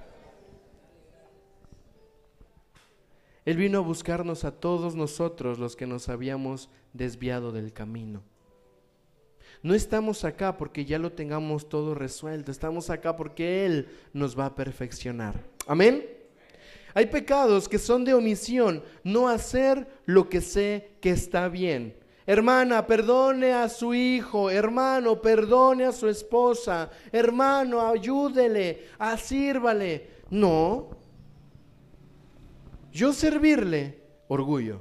Él vino a buscarnos a todos nosotros los que nos habíamos desviado del camino. No estamos acá porque ya lo tengamos todo resuelto, estamos acá porque Él nos va a perfeccionar. Amén. Hay pecados que son de omisión, no hacer lo que sé que está bien. Hermana, perdone a su hijo. Hermano, perdone a su esposa. Hermano, ayúdele, sírvale. No. Yo servirle, orgullo.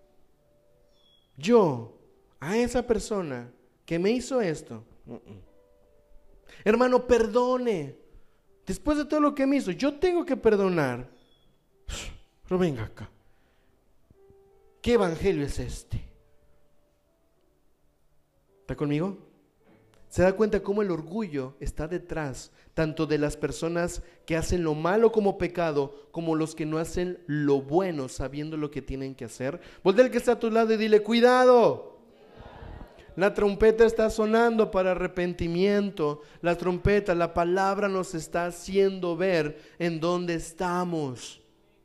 Yo, a esa persona que me hizo esto. Hermano, perdone. Después de todo lo que me hizo, yo tengo que perdonar. Pero venga acá. ¿Qué evangelio es este? ¿Está conmigo? ¿Se da cuenta cómo el orgullo está detrás tanto de las personas que hacen lo malo como pecado, como los que no hacen lo bueno sabiendo lo que tienen que hacer? Voltea al que está a tu lado y dile, cuidado. La trompeta está sonando para arrepentimiento. La trompeta, la palabra nos está haciendo ver en dónde estamos.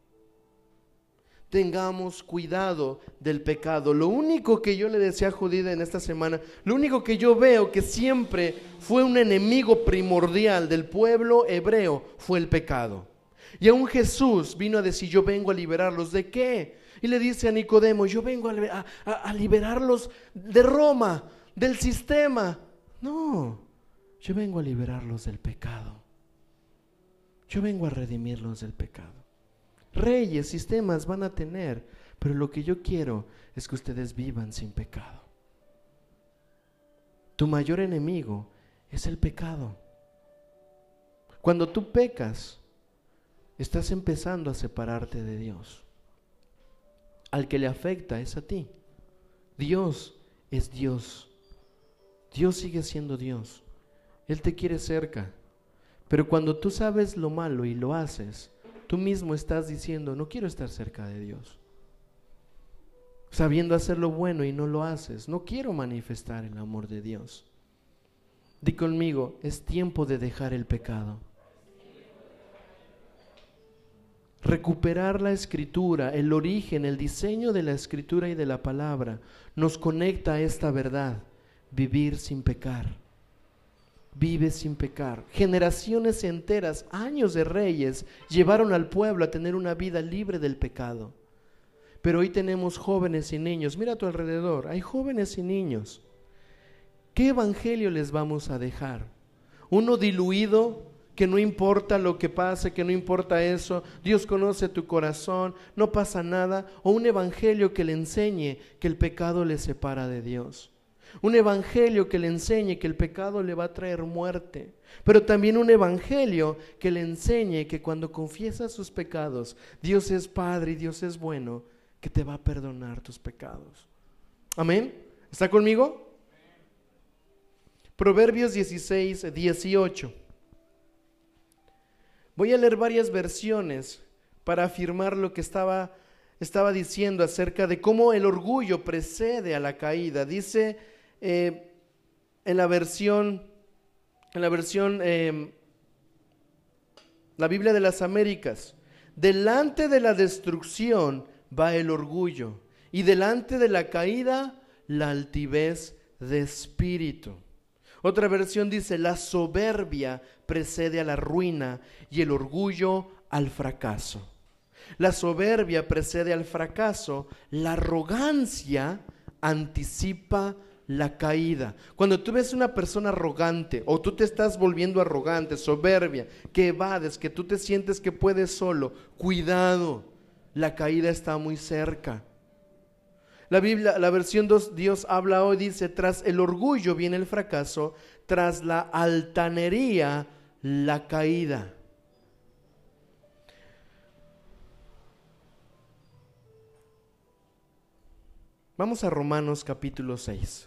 Tengamos cuidado del pecado. Lo único que yo le decía a Judith en esta semana, lo único que yo veo que siempre fue un enemigo primordial del pueblo hebreo fue el pecado. Y aún Jesús vino a decir, yo vengo a liberarlos. ¿De qué? Y le dice a Nicodemo: yo vengo a liberarlos de Roma, del sistema. No, yo vengo a liberarlos del pecado. Yo vengo a redimirlos del pecado. Reyes, sistemas van a tener, pero lo que yo quiero es que ustedes vivan sin pecado. Tu mayor enemigo es el pecado. Cuando tú pecas, estás empezando a separarte de Dios. Al que le afecta es a ti. Dios es Dios. Dios sigue siendo Dios. Él te quiere cerca. Pero cuando tú sabes lo malo y lo haces, tú mismo estás diciendo: no quiero estar cerca de Dios. Sabiendo hacer lo bueno y no lo haces, no quiero manifestar el amor de Dios. Di conmigo: es tiempo de dejar el pecado. Recuperar la escritura, el origen, el diseño de la escritura y de la palabra, nos conecta a esta verdad: vivir sin pecar. Vive sin pecar. Generaciones enteras, años de reyes, llevaron al pueblo a tener una vida libre del pecado. Pero hoy tenemos jóvenes y niños. Mira a tu alrededor, hay jóvenes y niños. ¿Qué evangelio les vamos a dejar? ¿Uno diluido, que no importa lo que pase, que no importa eso, Dios conoce tu corazón, no pasa nada? ¿O un evangelio que le enseñe que el pecado le separa de Dios? Un evangelio que le enseñe que el pecado le va a traer muerte, pero también un evangelio que le enseñe que cuando confiesa sus pecados, Dios es Padre y Dios es bueno, que te va a perdonar tus pecados. Amén. ¿Está conmigo? Proverbios 16, 18. Voy a leer varias versiones para afirmar lo que estaba diciendo acerca de cómo el orgullo precede a la caída. Dice en la Biblia de las Américas: delante de la destrucción va el orgullo, y delante de la caída la altivez de espíritu. Otra versión dice: la soberbia precede a la ruina y el orgullo al fracaso. La soberbia precede al fracaso, la arrogancia anticipa la caída. Cuando tú ves una persona arrogante, o tú te estás volviendo arrogante, soberbia, que evades, que tú te sientes que puedes solo, cuidado, la caída está muy cerca. La Biblia, la versión Dios habla hoy, dice: tras el orgullo viene el fracaso, tras la altanería la caída. Vamos a Romanos capítulo 6.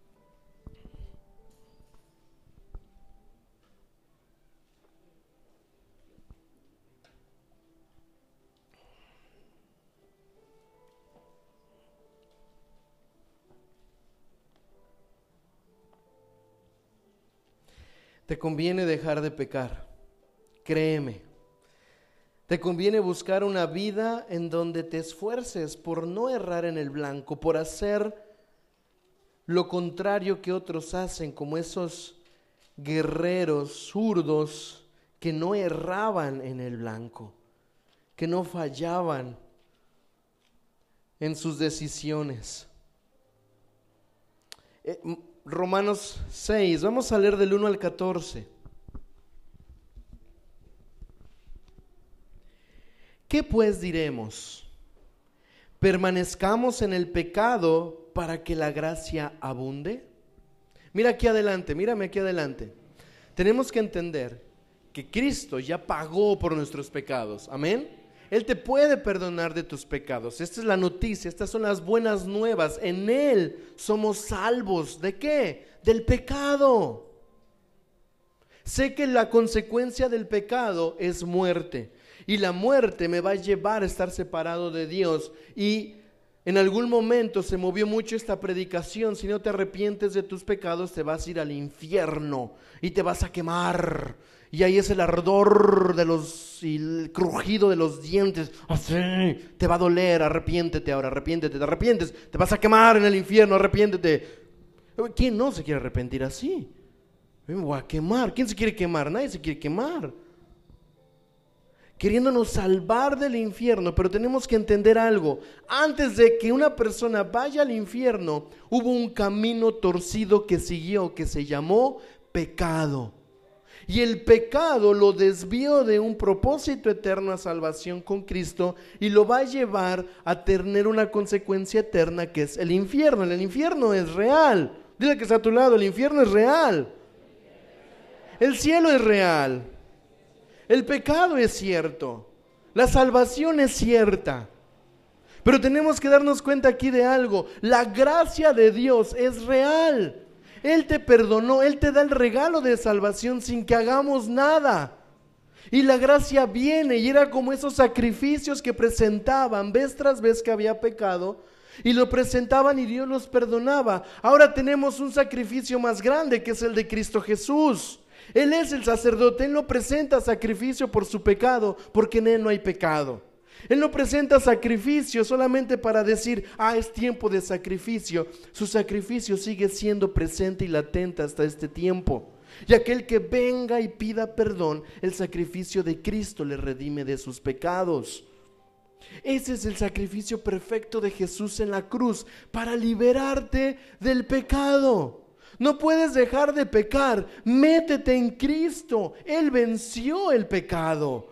Te conviene dejar de pecar, créeme. Te conviene buscar una vida en donde te esfuerces por no errar en el blanco, por hacer lo contrario que otros hacen, como esos guerreros zurdos que no erraban en el blanco, que no fallaban en sus decisiones. Romanos 6, vamos a leer del 1 al 14. ¿Qué pues diremos? ¿Permanezcamos en el pecado para que la gracia abunde? Mira aquí adelante, mírame aquí adelante. Tenemos que entender que Cristo ya pagó por nuestros pecados, amén. Él te puede perdonar de tus pecados. Esta es la noticia, estas son las buenas nuevas. En Él somos salvos. ¿De qué? Del pecado. Sé que la consecuencia del pecado es muerte, y la muerte me va a llevar a estar separado de Dios. Y en algún momento se movió mucho esta predicación: si no te arrepientes de tus pecados, te vas a ir al infierno y te vas a quemar. Y ahí es el ardor y el crujido de los dientes. Así, te va a doler, arrepiéntete ahora, arrepiéntete, te arrepientes, te vas a quemar en el infierno, arrepiéntete. ¿Quién no se quiere arrepentir así? Me voy a quemar. ¿Quién se quiere quemar? Nadie se quiere quemar. queriéndonos salvar del infierno, pero tenemos que entender algo. Antes de que una persona vaya al infierno, hubo un camino torcido que siguió, que se llamó pecado. Y el pecado lo desvió de un propósito eterno a salvación con Cristo y lo va a llevar a tener una consecuencia eterna que es el infierno. El infierno es real. Dile que está a tu lado, el infierno es real. El cielo es real. El pecado es cierto. La salvación es cierta. Pero tenemos que darnos cuenta aquí de algo. La gracia de Dios es real. Él te perdonó, Él te da el regalo de salvación sin que hagamos nada. Y la gracia viene y era como esos sacrificios que presentaban vez tras vez que había pecado y lo presentaban y Dios los perdonaba. Ahora tenemos un sacrificio más grande que es el de Cristo Jesús. Él es el sacerdote, Él no presenta sacrificio por su pecado porque en Él no hay pecado. Él no presenta sacrificio solamente para decir, es tiempo de sacrificio. Su sacrificio sigue siendo presente y latente hasta este tiempo. Y aquel que venga y pida perdón, el sacrificio de Cristo le redime de sus pecados. Ese es el sacrificio perfecto de Jesús en la cruz para liberarte del pecado. No puedes dejar de pecar, métete en Cristo. Él venció el pecado.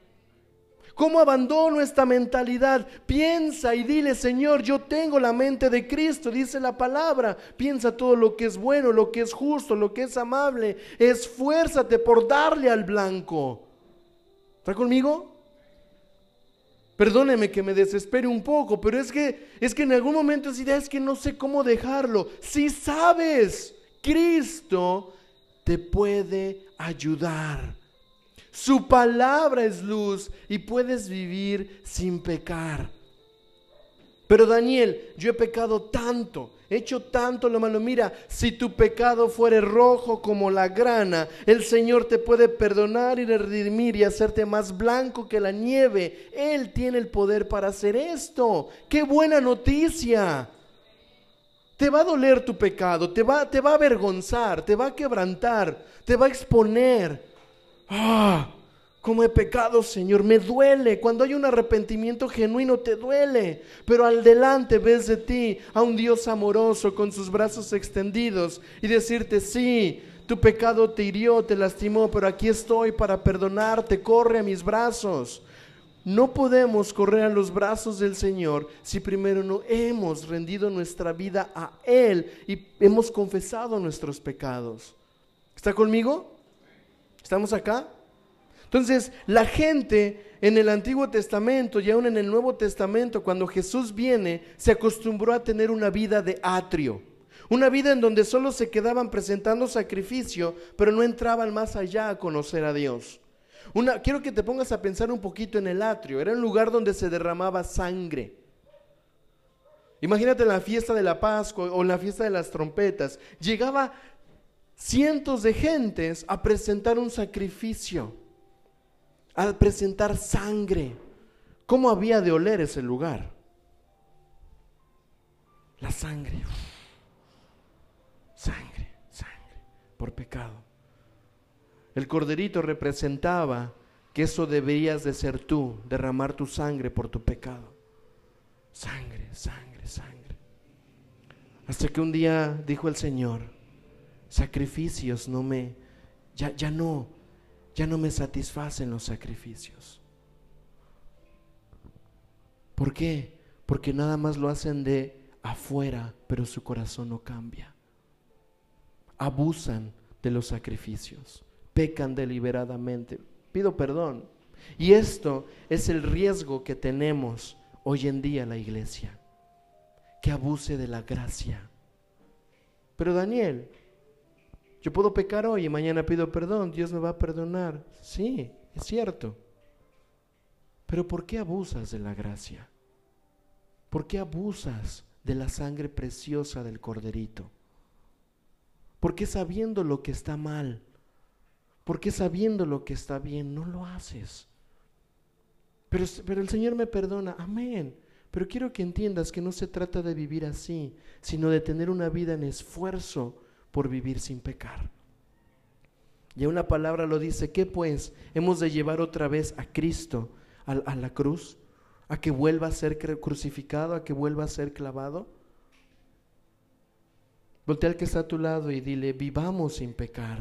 ¿Cómo abandono esta mentalidad? Piensa y dile, Señor, yo tengo la mente de Cristo, dice la palabra. Piensa todo lo que es bueno, lo que es justo, lo que es amable. Esfuérzate por darle al blanco. ¿Está conmigo? Perdóneme que me desespere un poco, pero es que en algún momento es que no sé cómo dejarlo. Si sabes, Cristo te puede ayudar. Su palabra es luz y puedes vivir sin pecar. Pero Daniel, yo he pecado tanto, he hecho tanto lo malo. Mira, si tu pecado fuere rojo como la grana, el Señor te puede perdonar y redimir y hacerte más blanco que la nieve. Él tiene el poder para hacer esto. ¡Qué buena noticia! Te va a doler tu pecado, te va a avergonzar, te va a quebrantar, te va a exponer. Cómo he pecado, Señor, me duele. Cuando hay un arrepentimiento genuino te duele, pero al delante ves de ti a un Dios amoroso con sus brazos extendidos y decirte, sí, tu pecado te hirió, te lastimó, pero aquí estoy para perdonarte, corre a mis brazos. No podemos correr a los brazos del Señor si primero no hemos rendido nuestra vida a Él y hemos confesado nuestros pecados. ¿Está conmigo? ¿Estamos acá? Entonces, la gente en el Antiguo Testamento y aún en el Nuevo Testamento, cuando Jesús viene, se acostumbró a tener una vida de atrio. Una vida en donde solo se quedaban presentando sacrificio, pero no entraban más allá a conocer a Dios. Quiero que te pongas a pensar un poquito en el atrio. Era un lugar donde se derramaba sangre. Imagínate la fiesta de la Pascua o la fiesta de las trompetas. Llegaba cientos de gentes a presentar un sacrificio, a presentar sangre. ¿Cómo había de oler ese lugar? La sangre. Sangre, sangre, por pecado. El corderito representaba que eso deberías de ser tú, derramar tu sangre por tu pecado. Sangre, sangre, sangre. Hasta que un día dijo el Señor, sacrificios ya no me satisfacen los sacrificios. ¿Por qué? Porque nada más lo hacen de afuera, pero su corazón no cambia. Abusan de los sacrificios, pecan deliberadamente. Pido perdón. Y esto es el riesgo que tenemos hoy en día la iglesia, que abuse de la gracia. Pero Daniel, yo puedo pecar hoy y mañana pido perdón, Dios me va a perdonar. Sí, es cierto. Pero ¿por qué abusas de la gracia? ¿Por qué abusas de la sangre preciosa del corderito? ¿Por qué sabiendo lo que está mal? ¿Por qué sabiendo lo que está bien no lo haces? Pero el Señor me perdona, amén. Pero quiero que entiendas que no se trata de vivir así, sino de tener una vida en esfuerzo por vivir sin pecar. Ya una palabra lo dice. ¿Qué pues? ¿Hemos de llevar otra vez a Cristo a la cruz? ¿A que vuelva a ser crucificado? ¿A que vuelva a ser clavado? Voltea al que está a tu lado y dile: vivamos sin pecar.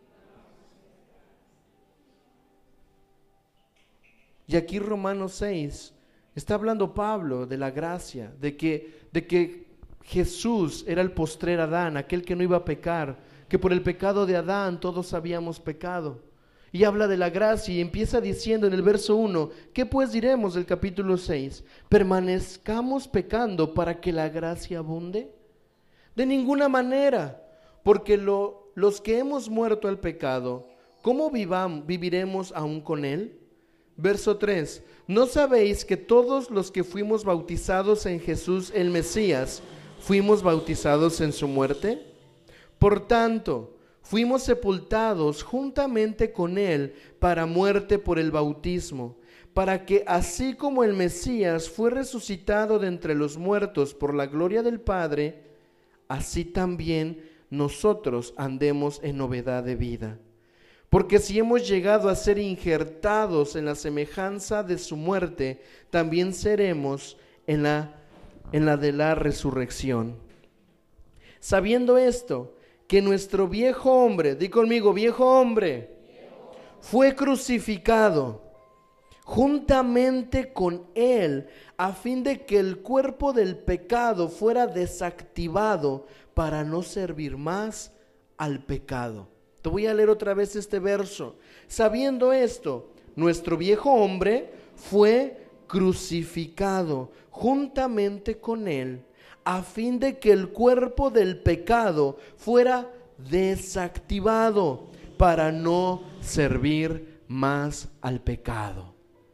Y aquí Romanos 6 está hablando Pablo de la gracia, de que Jesús era el postrer Adán, aquel que no iba a pecar, que por el pecado de Adán todos habíamos pecado. Y habla de la gracia y empieza diciendo en el verso 1, ¿qué pues diremos del capítulo 6? ¿Permanezcamos pecando para que la gracia abunde? De ninguna manera, porque los que hemos muerto al pecado, ¿cómo viviremos aún con él? Verso 3, ¿no sabéis que todos los que fuimos bautizados en Jesús el Mesías, fuimos bautizados en su muerte? Por tanto, fuimos sepultados juntamente con él para muerte por el bautismo, para que así como el Mesías fue resucitado de entre los muertos por la gloria del Padre, así también nosotros andemos en novedad de vida. Porque si hemos llegado a ser injertados en la semejanza de su muerte, también seremos en la de la resurrección. Sabiendo esto, que nuestro viejo hombre, di conmigo, viejo hombre, fue crucificado juntamente con él, a fin de que el cuerpo del pecado fuera desactivado para no servir más al pecado. Te voy a leer otra vez este verso. Sabiendo esto, nuestro viejo hombre fue crucificado juntamente con él, a fin de que el cuerpo del pecado fuera desactivado para no servir más al pecado.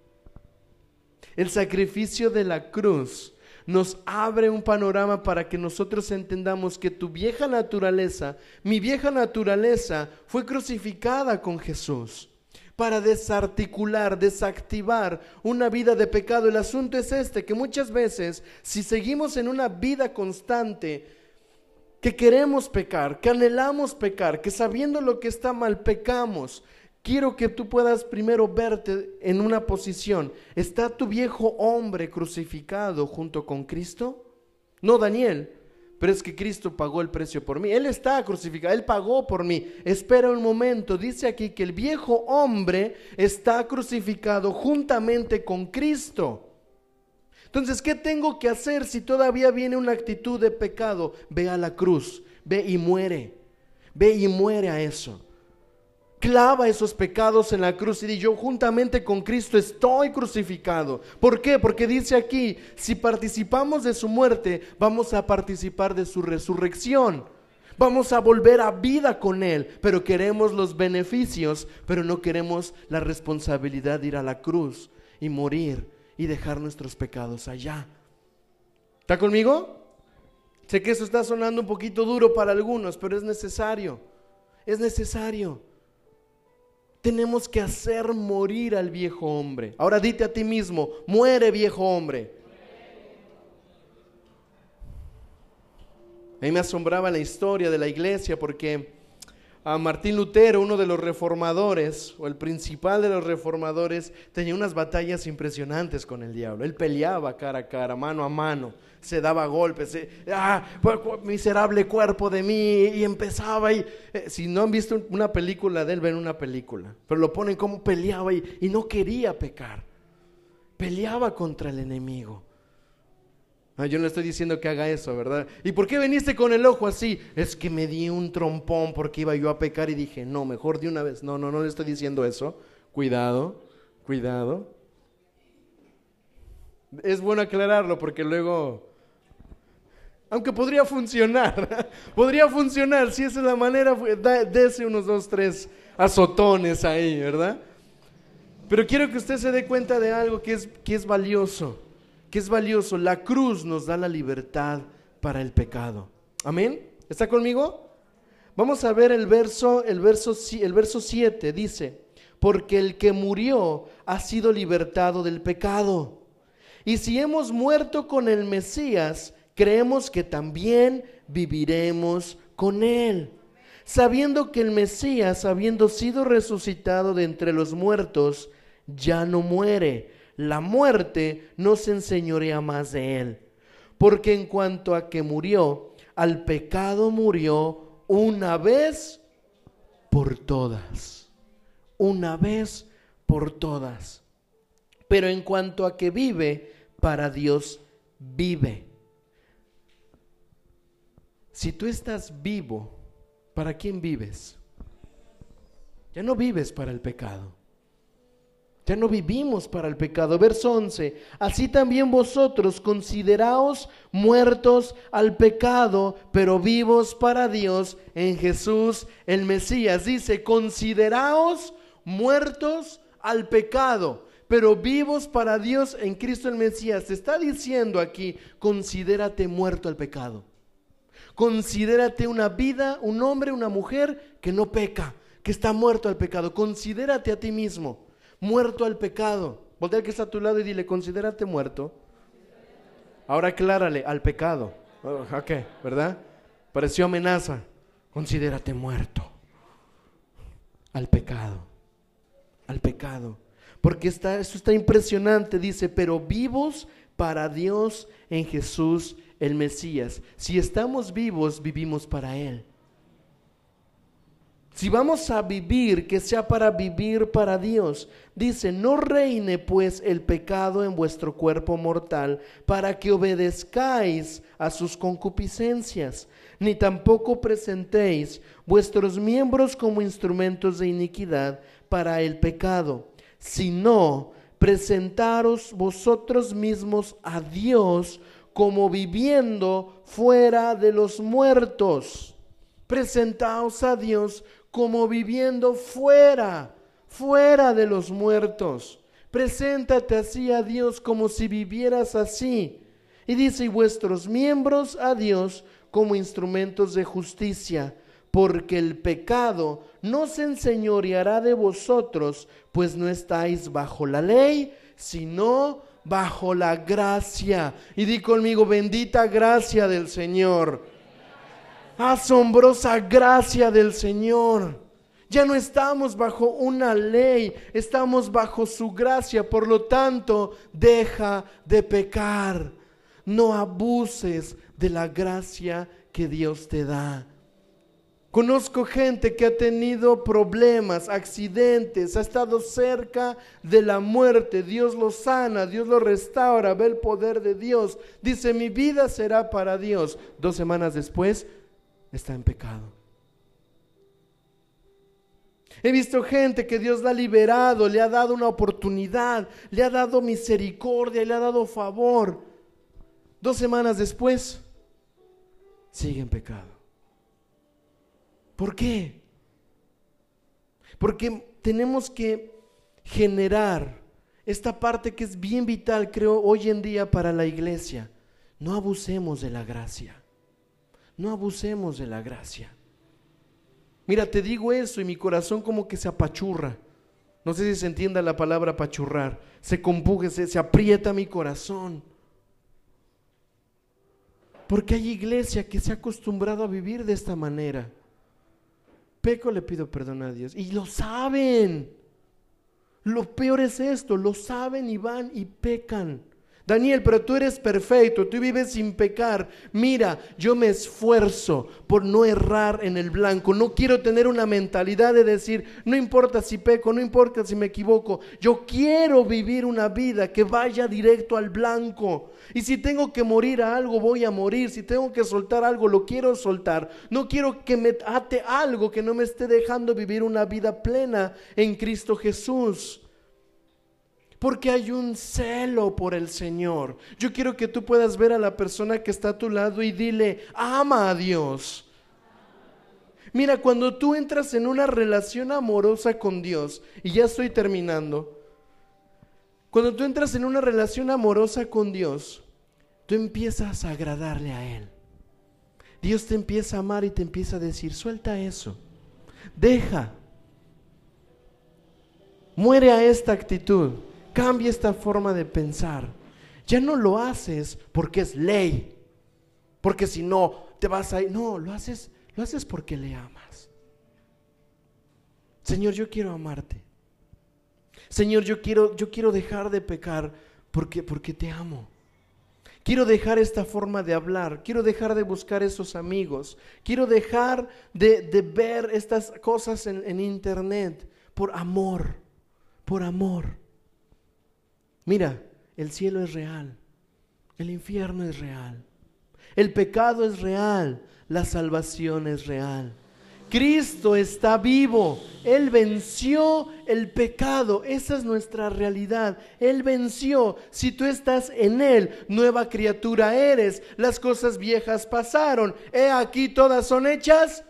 El sacrificio de la cruz nos abre un panorama para que nosotros entendamos que tu vieja naturaleza, mi vieja naturaleza, fue crucificada con Jesús para desarticular, desactivar una vida de pecado. El asunto es que muchas veces, si seguimos en una vida constante, que queremos pecar, que anhelamos pecar, que sabiendo lo que está mal pecamos, quiero que tú puedas primero verte en una posición. ¿Está tu viejo hombre crucificado junto con Cristo? No, Daniel, pero es que Cristo pagó el precio por mí. Él está crucificado, Él pagó por mí. Espera un momento, dice aquí que el viejo hombre está crucificado juntamente con Cristo. Entonces, ¿qué tengo que hacer si todavía viene una actitud de pecado? Ve a la cruz, ve y muere a eso. Clava esos pecados en la cruz y di: yo juntamente con Cristo estoy crucificado. ¿Por qué? Porque dice aquí, si participamos de su muerte, vamos a participar de su resurrección. Vamos a volver a vida con Él, pero queremos los beneficios, pero no queremos la responsabilidad de ir a la cruz y morir y dejar nuestros pecados allá. ¿Está conmigo? Sé que eso está sonando un poquito duro para algunos, pero es necesario. Es necesario. Tenemos que hacer morir al viejo hombre. Ahora dite a ti mismo: muere, viejo hombre. A mí me asombraba la historia de la iglesia, porque a Martín Lutero, uno de los reformadores, o el principal de los reformadores, tenía unas batallas impresionantes con el diablo. Él peleaba cara a cara, mano a mano, se daba golpes, miserable cuerpo de mí, y empezaba y si no han visto una película de él, ven una película, pero lo ponen como peleaba y no quería pecar, peleaba contra el enemigo. Yo no le estoy diciendo que haga eso, ¿verdad? ¿Y por qué viniste con el ojo así? Es que me di un trompón porque iba yo a pecar y dije, no, mejor de una vez. No le estoy diciendo eso. Cuidado. Es bueno aclararlo porque luego, aunque podría funcionar, si esa es la manera, dese unos 2, 3 azotones ahí, ¿verdad? Pero quiero que usted se dé cuenta de algo que es valioso. Que es valioso. La cruz nos da la libertad para el pecado. Amén. ¿Está conmigo? Vamos a ver el verso 7. Dice: porque el que murió ha sido libertado del pecado. Y si hemos muerto con el Mesías, creemos que también viviremos con él. sabiendo que el Mesías, habiendo sido resucitado de entre los muertos, ya no muere. La muerte no se enseñorea más de él. Porque en cuanto a que murió, al pecado murió una vez por todas. Una vez por todas. Pero en cuanto a que vive, para Dios vive. Si tú estás vivo, ¿para quién vives? Ya no vives para el pecado. Ya no vivimos para el pecado. Verso 11. Así también vosotros consideraos muertos al pecado, pero vivos para Dios en Jesús el Mesías. Dice, consideraos muertos al pecado, pero vivos para Dios en Cristo el Mesías. Te está diciendo aquí, considérate muerto al pecado. Considérate una vida, un hombre, una mujer que no peca, que está muerto al pecado. Considérate a ti mismo muerto al pecado. Voltea al que está a tu lado y dile, considérate muerto. Ahora aclárale, al pecado. Ok, ¿verdad? Pareció amenaza. Considérate muerto al pecado. Al pecado. Porque esto está impresionante. Dice, pero vivos para Dios en Jesús el Mesías. Si estamos vivos, vivimos para Él. Si vamos a vivir, que sea para vivir para Dios. Dice, no reine pues el pecado en vuestro cuerpo mortal, para que obedezcáis a sus concupiscencias, ni tampoco presentéis vuestros miembros como instrumentos de iniquidad para el pecado, sino presentaros vosotros mismos a Dios como viviendo fuera de los muertos. Presentaos a Dios como viviendo fuera de los muertos. Preséntate así a Dios como si vivieras así. Y dice, y vuestros miembros a Dios como instrumentos de justicia, porque el pecado no se enseñoreará de vosotros, pues no estáis bajo la ley, sino bajo la gracia. Y di conmigo, bendita gracia del Señor. Asombrosa gracia del Señor. Ya no estamos bajo una ley, estamos bajo su gracia. Por lo tanto, deja de pecar. No abuses de la gracia que Dios te da. Conozco gente que ha tenido problemas, accidentes, ha estado cerca de la muerte. Dios lo sana, Dios lo restaura, ve el poder de Dios. Dice, mi vida será para Dios. 2 semanas después, está en pecado. He visto gente que Dios la ha liberado, le ha dado una oportunidad, le ha dado misericordia, le ha dado favor. 2 semanas después, sigue en pecado. ¿Por qué? Porque tenemos que generar esta parte que es bien vital, creo, hoy en día para la iglesia. No abusemos de la gracia. No abusemos de la gracia. Mira, te digo eso y mi corazón como que se apachurra. No sé si se entienda la palabra apachurrar. Se compuja, se aprieta mi corazón. Porque hay iglesia que se ha acostumbrado a vivir de esta manera. Peco, le pido perdón a Dios. Y lo saben. Lo peor es esto, lo saben y van y pecan. Daniel, pero tú eres perfecto, tú vives sin pecar. Mira, yo me esfuerzo por no errar en el blanco. No quiero tener una mentalidad de decir, no importa si peco, no importa si me equivoco. Yo quiero vivir una vida que vaya directo al blanco. Y si tengo que morir a algo, voy a morir. Si tengo que soltar algo, lo quiero soltar. No quiero que me ate algo que no me esté dejando vivir una vida plena en Cristo Jesús. Porque hay un celo por el Señor. Yo quiero que tú puedas ver a la persona que está a tu lado y dile, ama a Dios. Mira, cuando tú entras en una relación amorosa con Dios, y ya estoy terminando, cuando tú entras en una relación amorosa con Dios, tú empiezas a agradarle a Él. Dios te empieza a amar y te empieza a decir, suelta eso, deja, muere a esta actitud. Cambia esta forma de pensar. Ya no lo haces porque es ley, porque si no te vas a ir. No, lo haces porque le amas. Señor, yo quiero amarte. Señor, yo quiero dejar de pecar porque te amo. Quiero dejar esta forma de hablar, quiero dejar de buscar esos amigos, quiero dejar de ver estas cosas en internet por amor. Mira, el cielo es real, el infierno es real, el pecado es real, la salvación es real. Cristo está vivo, Él venció el pecado, esa es nuestra realidad, Él venció. Si tú estás en Él, nueva criatura eres, las cosas viejas pasaron, he aquí todas son hechas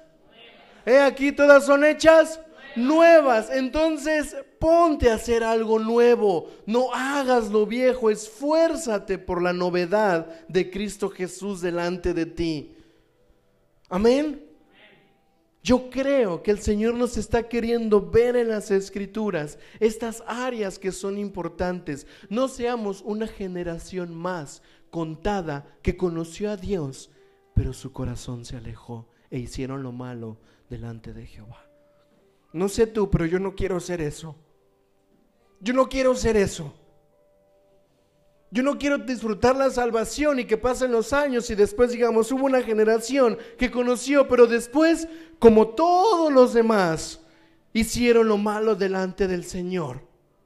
nuevas. Entonces ponte a hacer algo nuevo, no hagas lo viejo, esfuérzate por la novedad de Cristo Jesús delante de ti. Amén. Yo creo que el Señor nos está queriendo ver en las Escrituras estas áreas que son importantes. No seamos una generación más contada que conoció a Dios, pero su corazón se alejó e hicieron lo malo delante de Jehová. No sé tú, pero yo no quiero ser eso. Yo no quiero ser eso. Yo no quiero disfrutar la salvación y que pasen los años y después digamos, hubo una generación que conoció, pero después, como todos los demás, hicieron lo malo delante del Señor.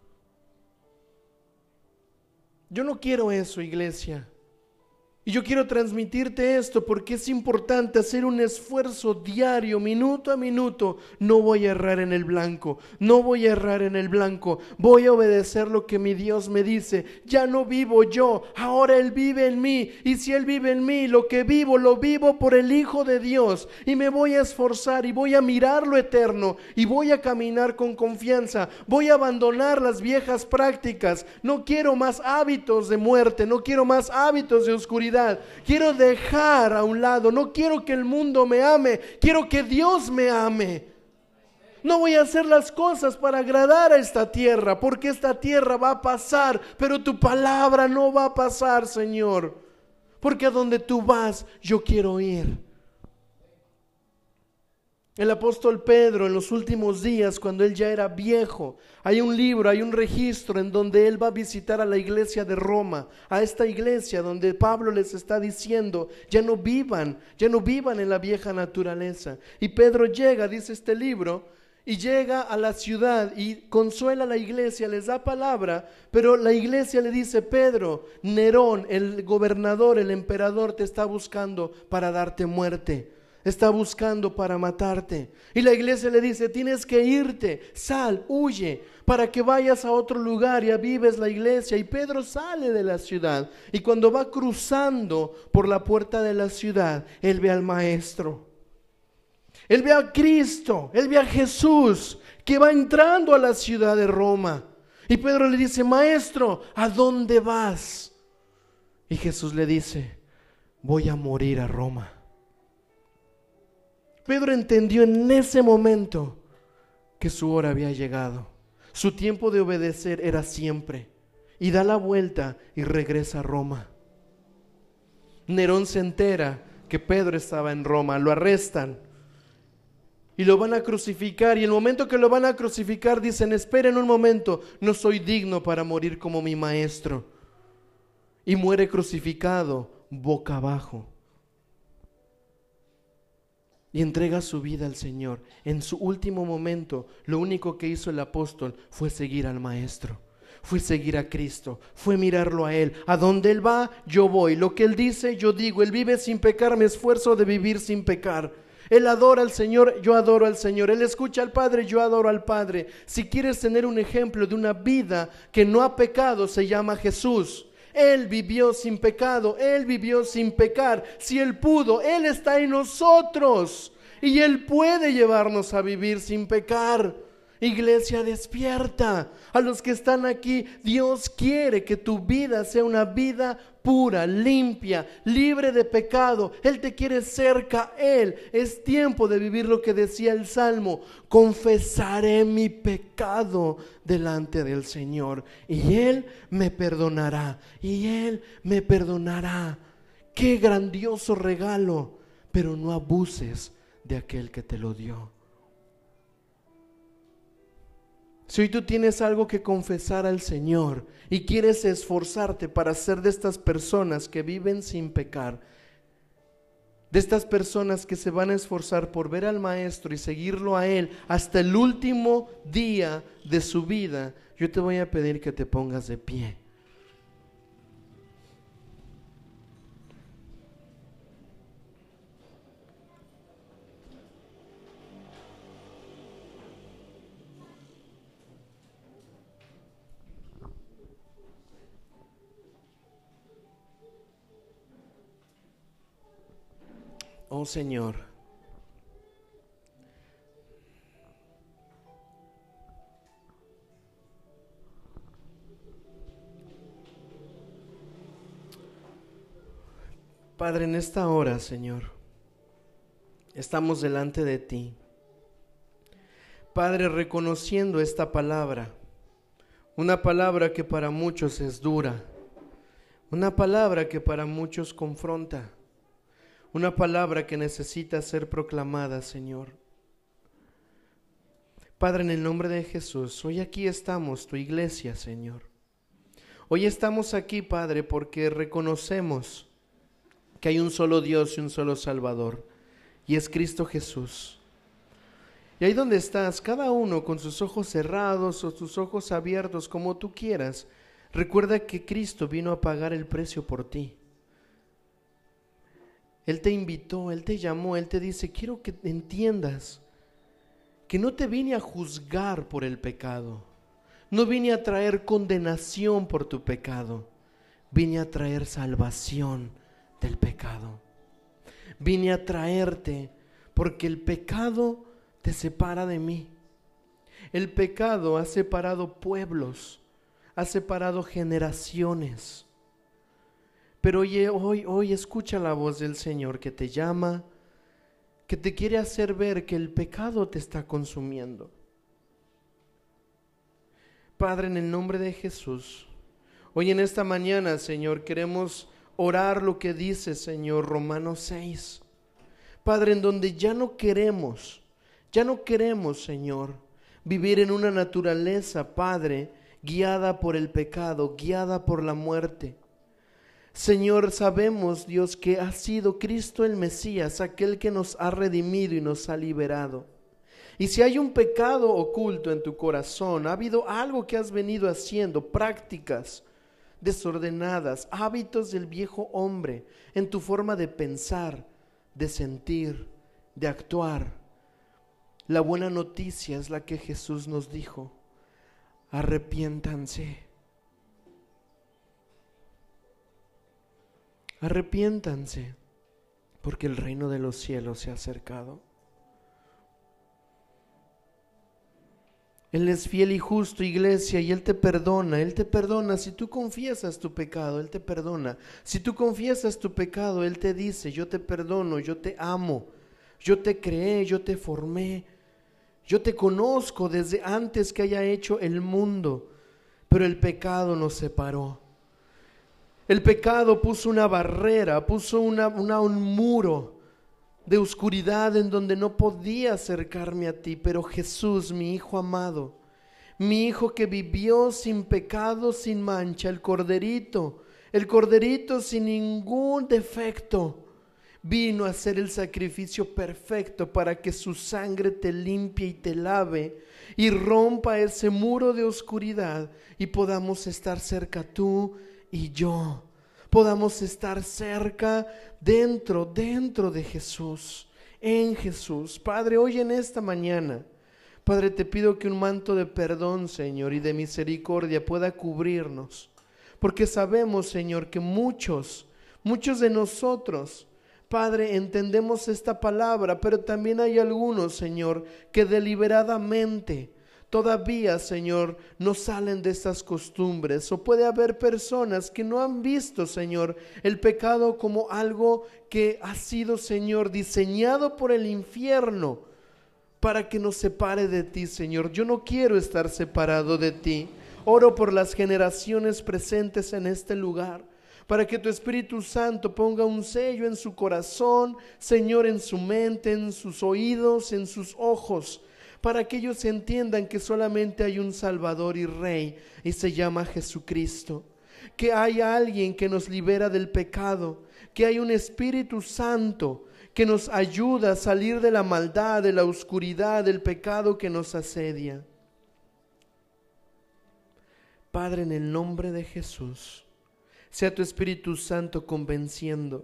Yo no quiero eso, iglesia. Y yo quiero transmitirte esto porque es importante hacer un esfuerzo diario, minuto a minuto. No voy a errar en el blanco, voy a obedecer lo que mi Dios me dice. Ya no vivo yo, ahora Él vive en mí. Y si Él vive en mí, lo que vivo, lo vivo por el Hijo de Dios. Y me voy a esforzar y voy a mirar lo eterno y voy a caminar con confianza. Voy a abandonar las viejas prácticas. No quiero más hábitos de muerte, no quiero más hábitos de oscuridad. Quiero dejar a un lado, no quiero que el mundo me ame, quiero que Dios me ame. No voy a hacer las cosas para agradar a esta tierra, porque esta tierra va a pasar, pero tu palabra no va a pasar, Señor, porque a donde tú vas, yo quiero ir. El apóstol Pedro en los últimos días, cuando él ya era viejo, hay un libro, hay un registro en donde él va a visitar a la iglesia de Roma, a esta iglesia donde Pablo les está diciendo, ya no vivan en la vieja naturaleza. Y Pedro llega, dice este libro, y llega a la ciudad y consuela a la iglesia, les da palabra, pero la iglesia le dice, Pedro, Nerón, el gobernador, el emperador te está buscando para darte muerte. Está buscando para matarte. Y la iglesia le dice, tienes que irte, sal, huye, para que vayas a otro lugar y avives la iglesia. Y Pedro sale de la ciudad. Y cuando va cruzando por la puerta de la ciudad, él ve al Maestro. Él ve a Cristo, él ve a Jesús, que va entrando a la ciudad de Roma. Y Pedro le dice, Maestro, ¿a dónde vas? Y Jesús le dice, voy a morir a Roma. Pedro entendió en ese momento que su hora había llegado. Su tiempo de obedecer era siempre. Y da la vuelta y regresa a Roma. Nerón se entera que Pedro estaba en Roma, lo arrestan y lo van a crucificar. Y en el momento que lo van a crucificar dicen, esperen un momento, no soy digno para morir como mi maestro. Y muere crucificado boca abajo. Y entrega su vida al Señor. En su último momento, lo único que hizo el apóstol fue seguir al Maestro, fue seguir a Cristo, fue mirarlo a Él. A donde Él va, yo voy. Lo que Él dice, yo digo. Él vive sin pecar, me esfuerzo de vivir sin pecar. Él adora al Señor, yo adoro al Señor. Él escucha al Padre, yo adoro al Padre. Si quieres tener un ejemplo de una vida que no ha pecado, se llama Jesús. Él vivió sin pecado, Él vivió sin pecar. Si Él pudo, Él está en nosotros y Él puede llevarnos a vivir sin pecar. Iglesia, despierta. A los que están aquí, Dios quiere que tu vida sea una vida pura, limpia, libre de pecado. Él te quiere cerca, Él. Es tiempo de vivir lo que decía el Salmo: confesaré mi pecado delante del Señor y Él me perdonará, y Él me perdonará. Qué grandioso regalo, pero no abuses de aquel que te lo dio. Si hoy tú tienes algo que confesar al Señor y quieres esforzarte para ser de estas personas que viven sin pecar, de estas personas que se van a esforzar por ver al Maestro y seguirlo a Él hasta el último día de su vida, yo te voy a pedir que te pongas de pie. Oh Señor, Padre, en esta hora, Señor, estamos delante de ti. Padre, reconociendo esta palabra, una palabra que para muchos es dura, una palabra que para muchos confronta, una palabra que necesita ser proclamada, Señor. Padre, en el nombre de Jesús, hoy aquí estamos, tu iglesia, Señor. Hoy estamos aquí, Padre, porque reconocemos que hay un solo Dios y un solo Salvador, y es Cristo Jesús. Y ahí donde estás, cada uno con sus ojos cerrados o sus ojos abiertos, como tú quieras, recuerda que Cristo vino a pagar el precio por ti. Él te invitó, Él te llamó, Él te dice, quiero que entiendas que no te vine a juzgar por el pecado, no vine a traer condenación por tu pecado, vine a traer salvación del pecado. Vine a traerte porque el pecado te separa de mí. El pecado ha separado pueblos, ha separado generaciones. Pero hoy escucha la voz del Señor que te llama, que te quiere hacer ver que el pecado te está consumiendo. Padre, en el nombre de Jesús, hoy en esta mañana, Señor, queremos orar lo que dice, Señor, Romanos 6. Padre, en donde ya no queremos, Señor, vivir en una naturaleza, Padre, guiada por el pecado, guiada por la muerte. Señor, sabemos, Dios, que ha sido Cristo el Mesías, aquel que nos ha redimido y nos ha liberado. Y si hay un pecado oculto en tu corazón, ha habido algo que has venido haciendo, prácticas desordenadas, hábitos del viejo hombre, en tu forma de pensar, de sentir, de actuar, la buena noticia es la que Jesús nos dijo: arrepiéntanse. Arrepiéntanse, porque el reino de los cielos se ha acercado. Él es fiel y justo, iglesia, y Él te perdona. Él te perdona. Si tú confiesas tu pecado, Él te perdona. Si tú confiesas tu pecado, Él te dice: yo te perdono, yo te amo, yo te creé, yo te formé, yo te conozco desde antes que haya hecho el mundo. Pero el pecado nos separó. El pecado puso una barrera, puso un muro de oscuridad en donde no podía acercarme a ti. Pero Jesús, mi Hijo amado, mi Hijo que vivió sin pecado, sin mancha, el corderito sin ningún defecto, vino a hacer el sacrificio perfecto para que su sangre te limpie y te lave y rompa ese muro de oscuridad y podamos estar cerca tú y yo. Podamos estar cerca, dentro de Jesús, en Jesús. Padre, hoy en esta mañana, Padre, te pido que un manto de perdón, Señor, y de misericordia pueda cubrirnos. Porque sabemos, Señor, que muchos de nosotros, Padre, entendemos esta palabra, pero también hay algunos, Señor, que deliberadamente todavía, Señor, no salen de estas costumbres. O puede haber personas que no han visto, Señor, el pecado como algo que ha sido, Señor, diseñado por el infierno para que nos separe de ti, Señor. Yo no quiero estar separado de ti. Oro por las generaciones presentes en este lugar, para que tu Espíritu Santo ponga un sello en su corazón, Señor, en su mente, en sus oídos, en sus ojos, para que ellos entiendan que solamente hay un Salvador y Rey, y se llama Jesucristo. Que hay alguien que nos libera del pecado, que hay un Espíritu Santo que nos ayuda a salir de la maldad, de la oscuridad, del pecado que nos asedia. Padre, en el nombre de Jesús, sea tu Espíritu Santo convenciendo.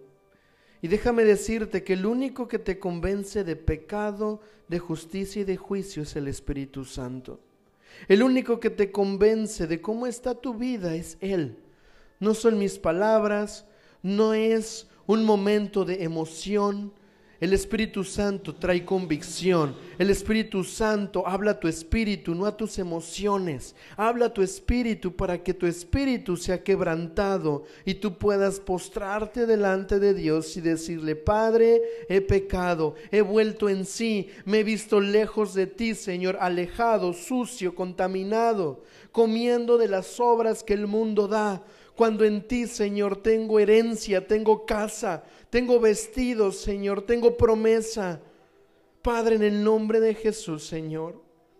Y déjame decirte que el único que te convence de pecado, de justicia y de juicio es el Espíritu Santo. El único que te convence de cómo está tu vida es Él. No son mis palabras, no es un momento de emoción. El Espíritu Santo trae convicción. El Espíritu Santo habla a tu espíritu, no a tus emociones. Habla a tu espíritu para que tu espíritu sea quebrantado y tú puedas postrarte delante de Dios y decirle: Padre, he pecado, he vuelto en sí, me he visto lejos de ti, Señor, alejado, sucio, contaminado, comiendo de las obras que el mundo da. Cuando en ti, Señor, tengo herencia, tengo casa, tengo vestidos, Señor, tengo promesa. Padre, en el nombre de Jesús, Señor.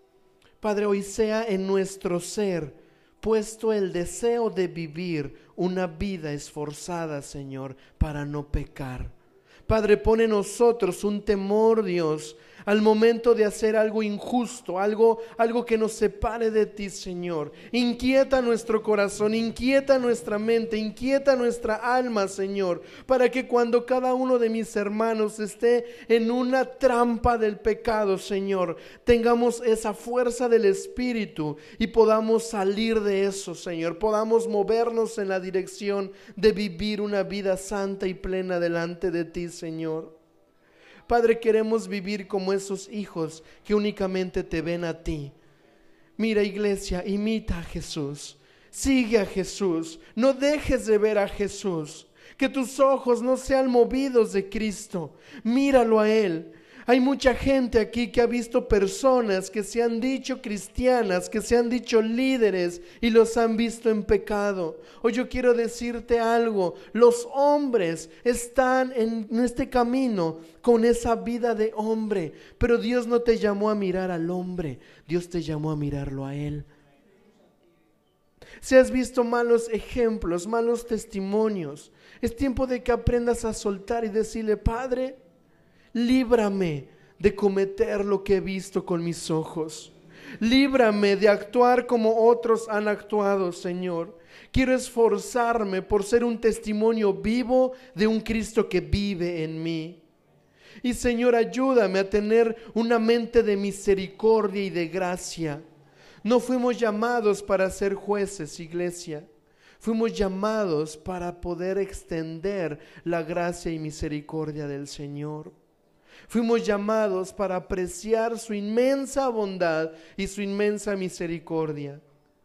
Padre, hoy sea en nuestro ser puesto el deseo de vivir una vida esforzada, Señor, para no pecar. Padre, pone en nosotros un temor, Dios, al momento de hacer algo injusto, algo que nos separe de ti, Señor. Inquieta nuestro corazón, inquieta nuestra mente, inquieta nuestra alma, Señor, para que cuando cada uno de mis hermanos esté en una trampa del pecado, Señor, tengamos esa fuerza del Espíritu y podamos salir de eso, Señor. Podamos movernos en la dirección de vivir una vida santa y plena delante de ti, Señor. Padre, queremos vivir como esos hijos que únicamente te ven a ti. Mira, iglesia, imita a Jesús, sigue a Jesús, no dejes de ver a Jesús, que tus ojos no sean movidos de Cristo, míralo a Él. Hay mucha gente aquí que ha visto personas que se han dicho cristianas, que se han dicho líderes y los han visto en pecado. Hoy yo quiero decirte algo, los hombres están en este camino con esa vida de hombre, pero Dios no te llamó a mirar al hombre, Dios te llamó a mirarlo a Él. Si has visto malos ejemplos, malos testimonios, es tiempo de que aprendas a soltar y decirle: Padre, líbrame de cometer lo que he visto con mis ojos. Líbrame de actuar como otros han actuado, Señor. Quiero esforzarme por ser un testimonio vivo de un Cristo que vive en mí. Y Señor, ayúdame a tener una mente de misericordia y de gracia. No fuimos llamados para ser jueces, iglesia. Fuimos llamados para poder extender la gracia y misericordia del Señor. Fuimos llamados para apreciar su inmensa bondad y su inmensa misericordia.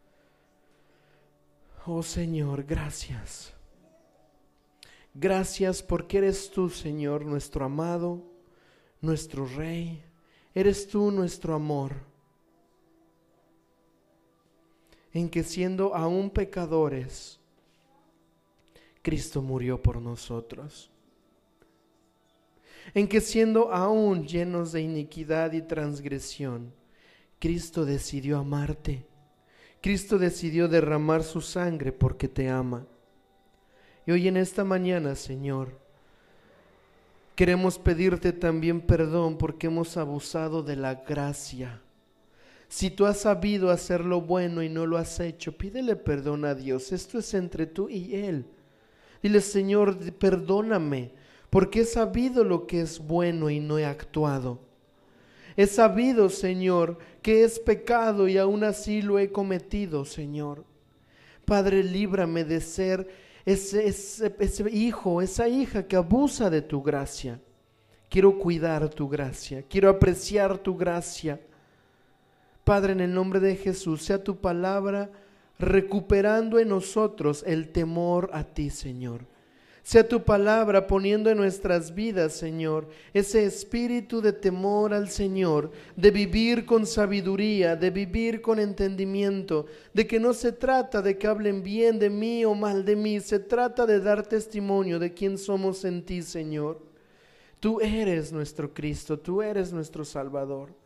Oh Señor, gracias. Gracias porque eres tú, Señor, nuestro amado, nuestro Rey. Eres tú nuestro amor. En que siendo aún pecadores, Cristo murió por nosotros. En que siendo aún llenos de iniquidad y transgresión, Cristo decidió amarte. Cristo decidió derramar su sangre porque te ama. Y hoy en esta mañana, Señor, queremos pedirte también perdón porque hemos abusado de la gracia. Si tú has sabido hacer lo bueno y no lo has hecho, pídele perdón a Dios. Esto es entre tú y Él. Dile: Señor, perdóname, porque he sabido lo que es bueno y no he actuado. He sabido, Señor, que es pecado y aún así lo he cometido, Señor. Padre, líbrame de ser ese hijo, esa hija que abusa de tu gracia. Quiero cuidar tu gracia, quiero apreciar tu gracia. Padre, en el nombre de Jesús, sea tu palabra recuperando en nosotros el temor a ti, Señor. Sea tu palabra poniendo en nuestras vidas, Señor, ese espíritu de temor al Señor, de vivir con sabiduría, de vivir con entendimiento, de que no se trata de que hablen bien de mí o mal de mí, se trata de dar testimonio de quién somos en ti, Señor. Tú eres nuestro Cristo, tú eres nuestro Salvador.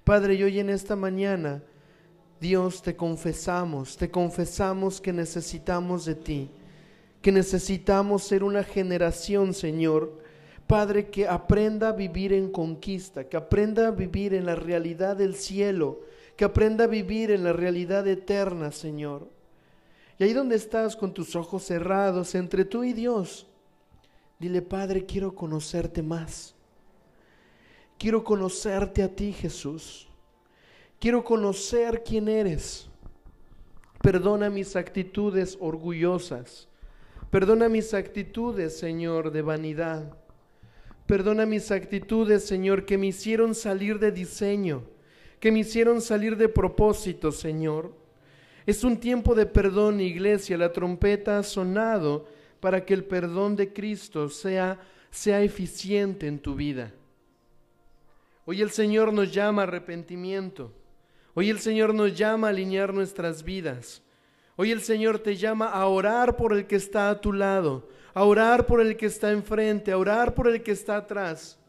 Padre, y hoy en esta mañana, Dios, te confesamos que necesitamos de ti, que necesitamos ser una generación, Señor, Padre, que aprenda a vivir en conquista, que aprenda a vivir en la realidad del cielo, que aprenda a vivir en la realidad eterna, Señor. Y ahí donde estás con tus ojos cerrados, entre tú y Dios, dile: Padre, quiero conocerte más. Quiero conocerte a ti, Jesús. Quiero conocer quién eres. Perdona mis actitudes orgullosas. Perdona mis actitudes, Señor, de vanidad. Perdona mis actitudes, Señor, que me hicieron salir de diseño, que me hicieron salir de propósito, Señor. Es un tiempo de perdón, iglesia. La trompeta ha sonado para que el perdón de Cristo sea eficiente en tu vida. Hoy el Señor nos llama a arrepentimiento. Hoy el Señor nos llama a alinear nuestras vidas. Hoy el Señor te llama a orar por el que está a tu lado, a orar por el que está enfrente, a orar por el que está atrás.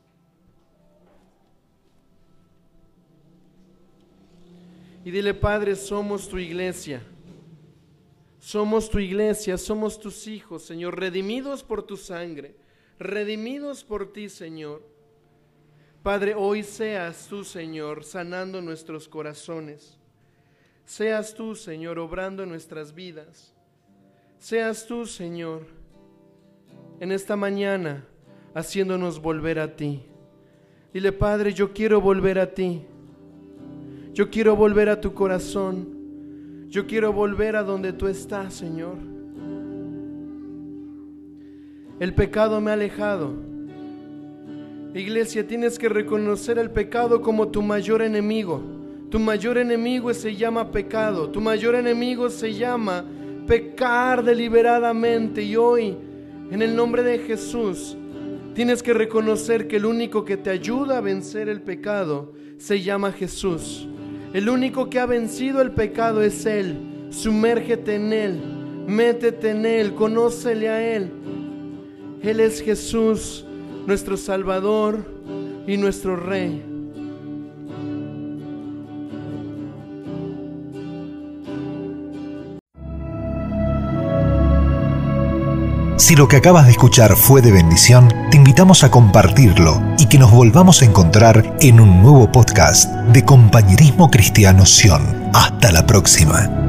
Y dile: Padre, somos tu iglesia. Somos tu iglesia, somos tus hijos, Señor, redimidos por tu sangre, redimidos por ti, Señor. Padre, hoy seas tú, Señor, sanando nuestros corazones. Seas tú, Señor, obrando en nuestras vidas. Seas tú, Señor, en esta mañana, haciéndonos volver a ti. Dile: Padre, yo quiero volver a ti. Yo quiero volver a tu corazón. Yo quiero volver a donde tú estás, Señor. El pecado me ha alejado. Iglesia, tienes que reconocer el pecado como tu mayor enemigo. Tu mayor enemigo se llama pecado. Tu mayor enemigo se llama pecar deliberadamente. Y hoy, en el nombre de Jesús, tienes que reconocer que el único que te ayuda a vencer el pecado se llama Jesús. El único que ha vencido el pecado es Él. Sumérgete en Él, métete en Él, conócele a Él. Él es Jesús, nuestro Salvador y nuestro Rey. Si lo que acabas de escuchar fue de bendición, te invitamos a compartirlo y que nos volvamos a encontrar en un nuevo podcast de Compañerismo Cristiano Sion. Hasta la próxima.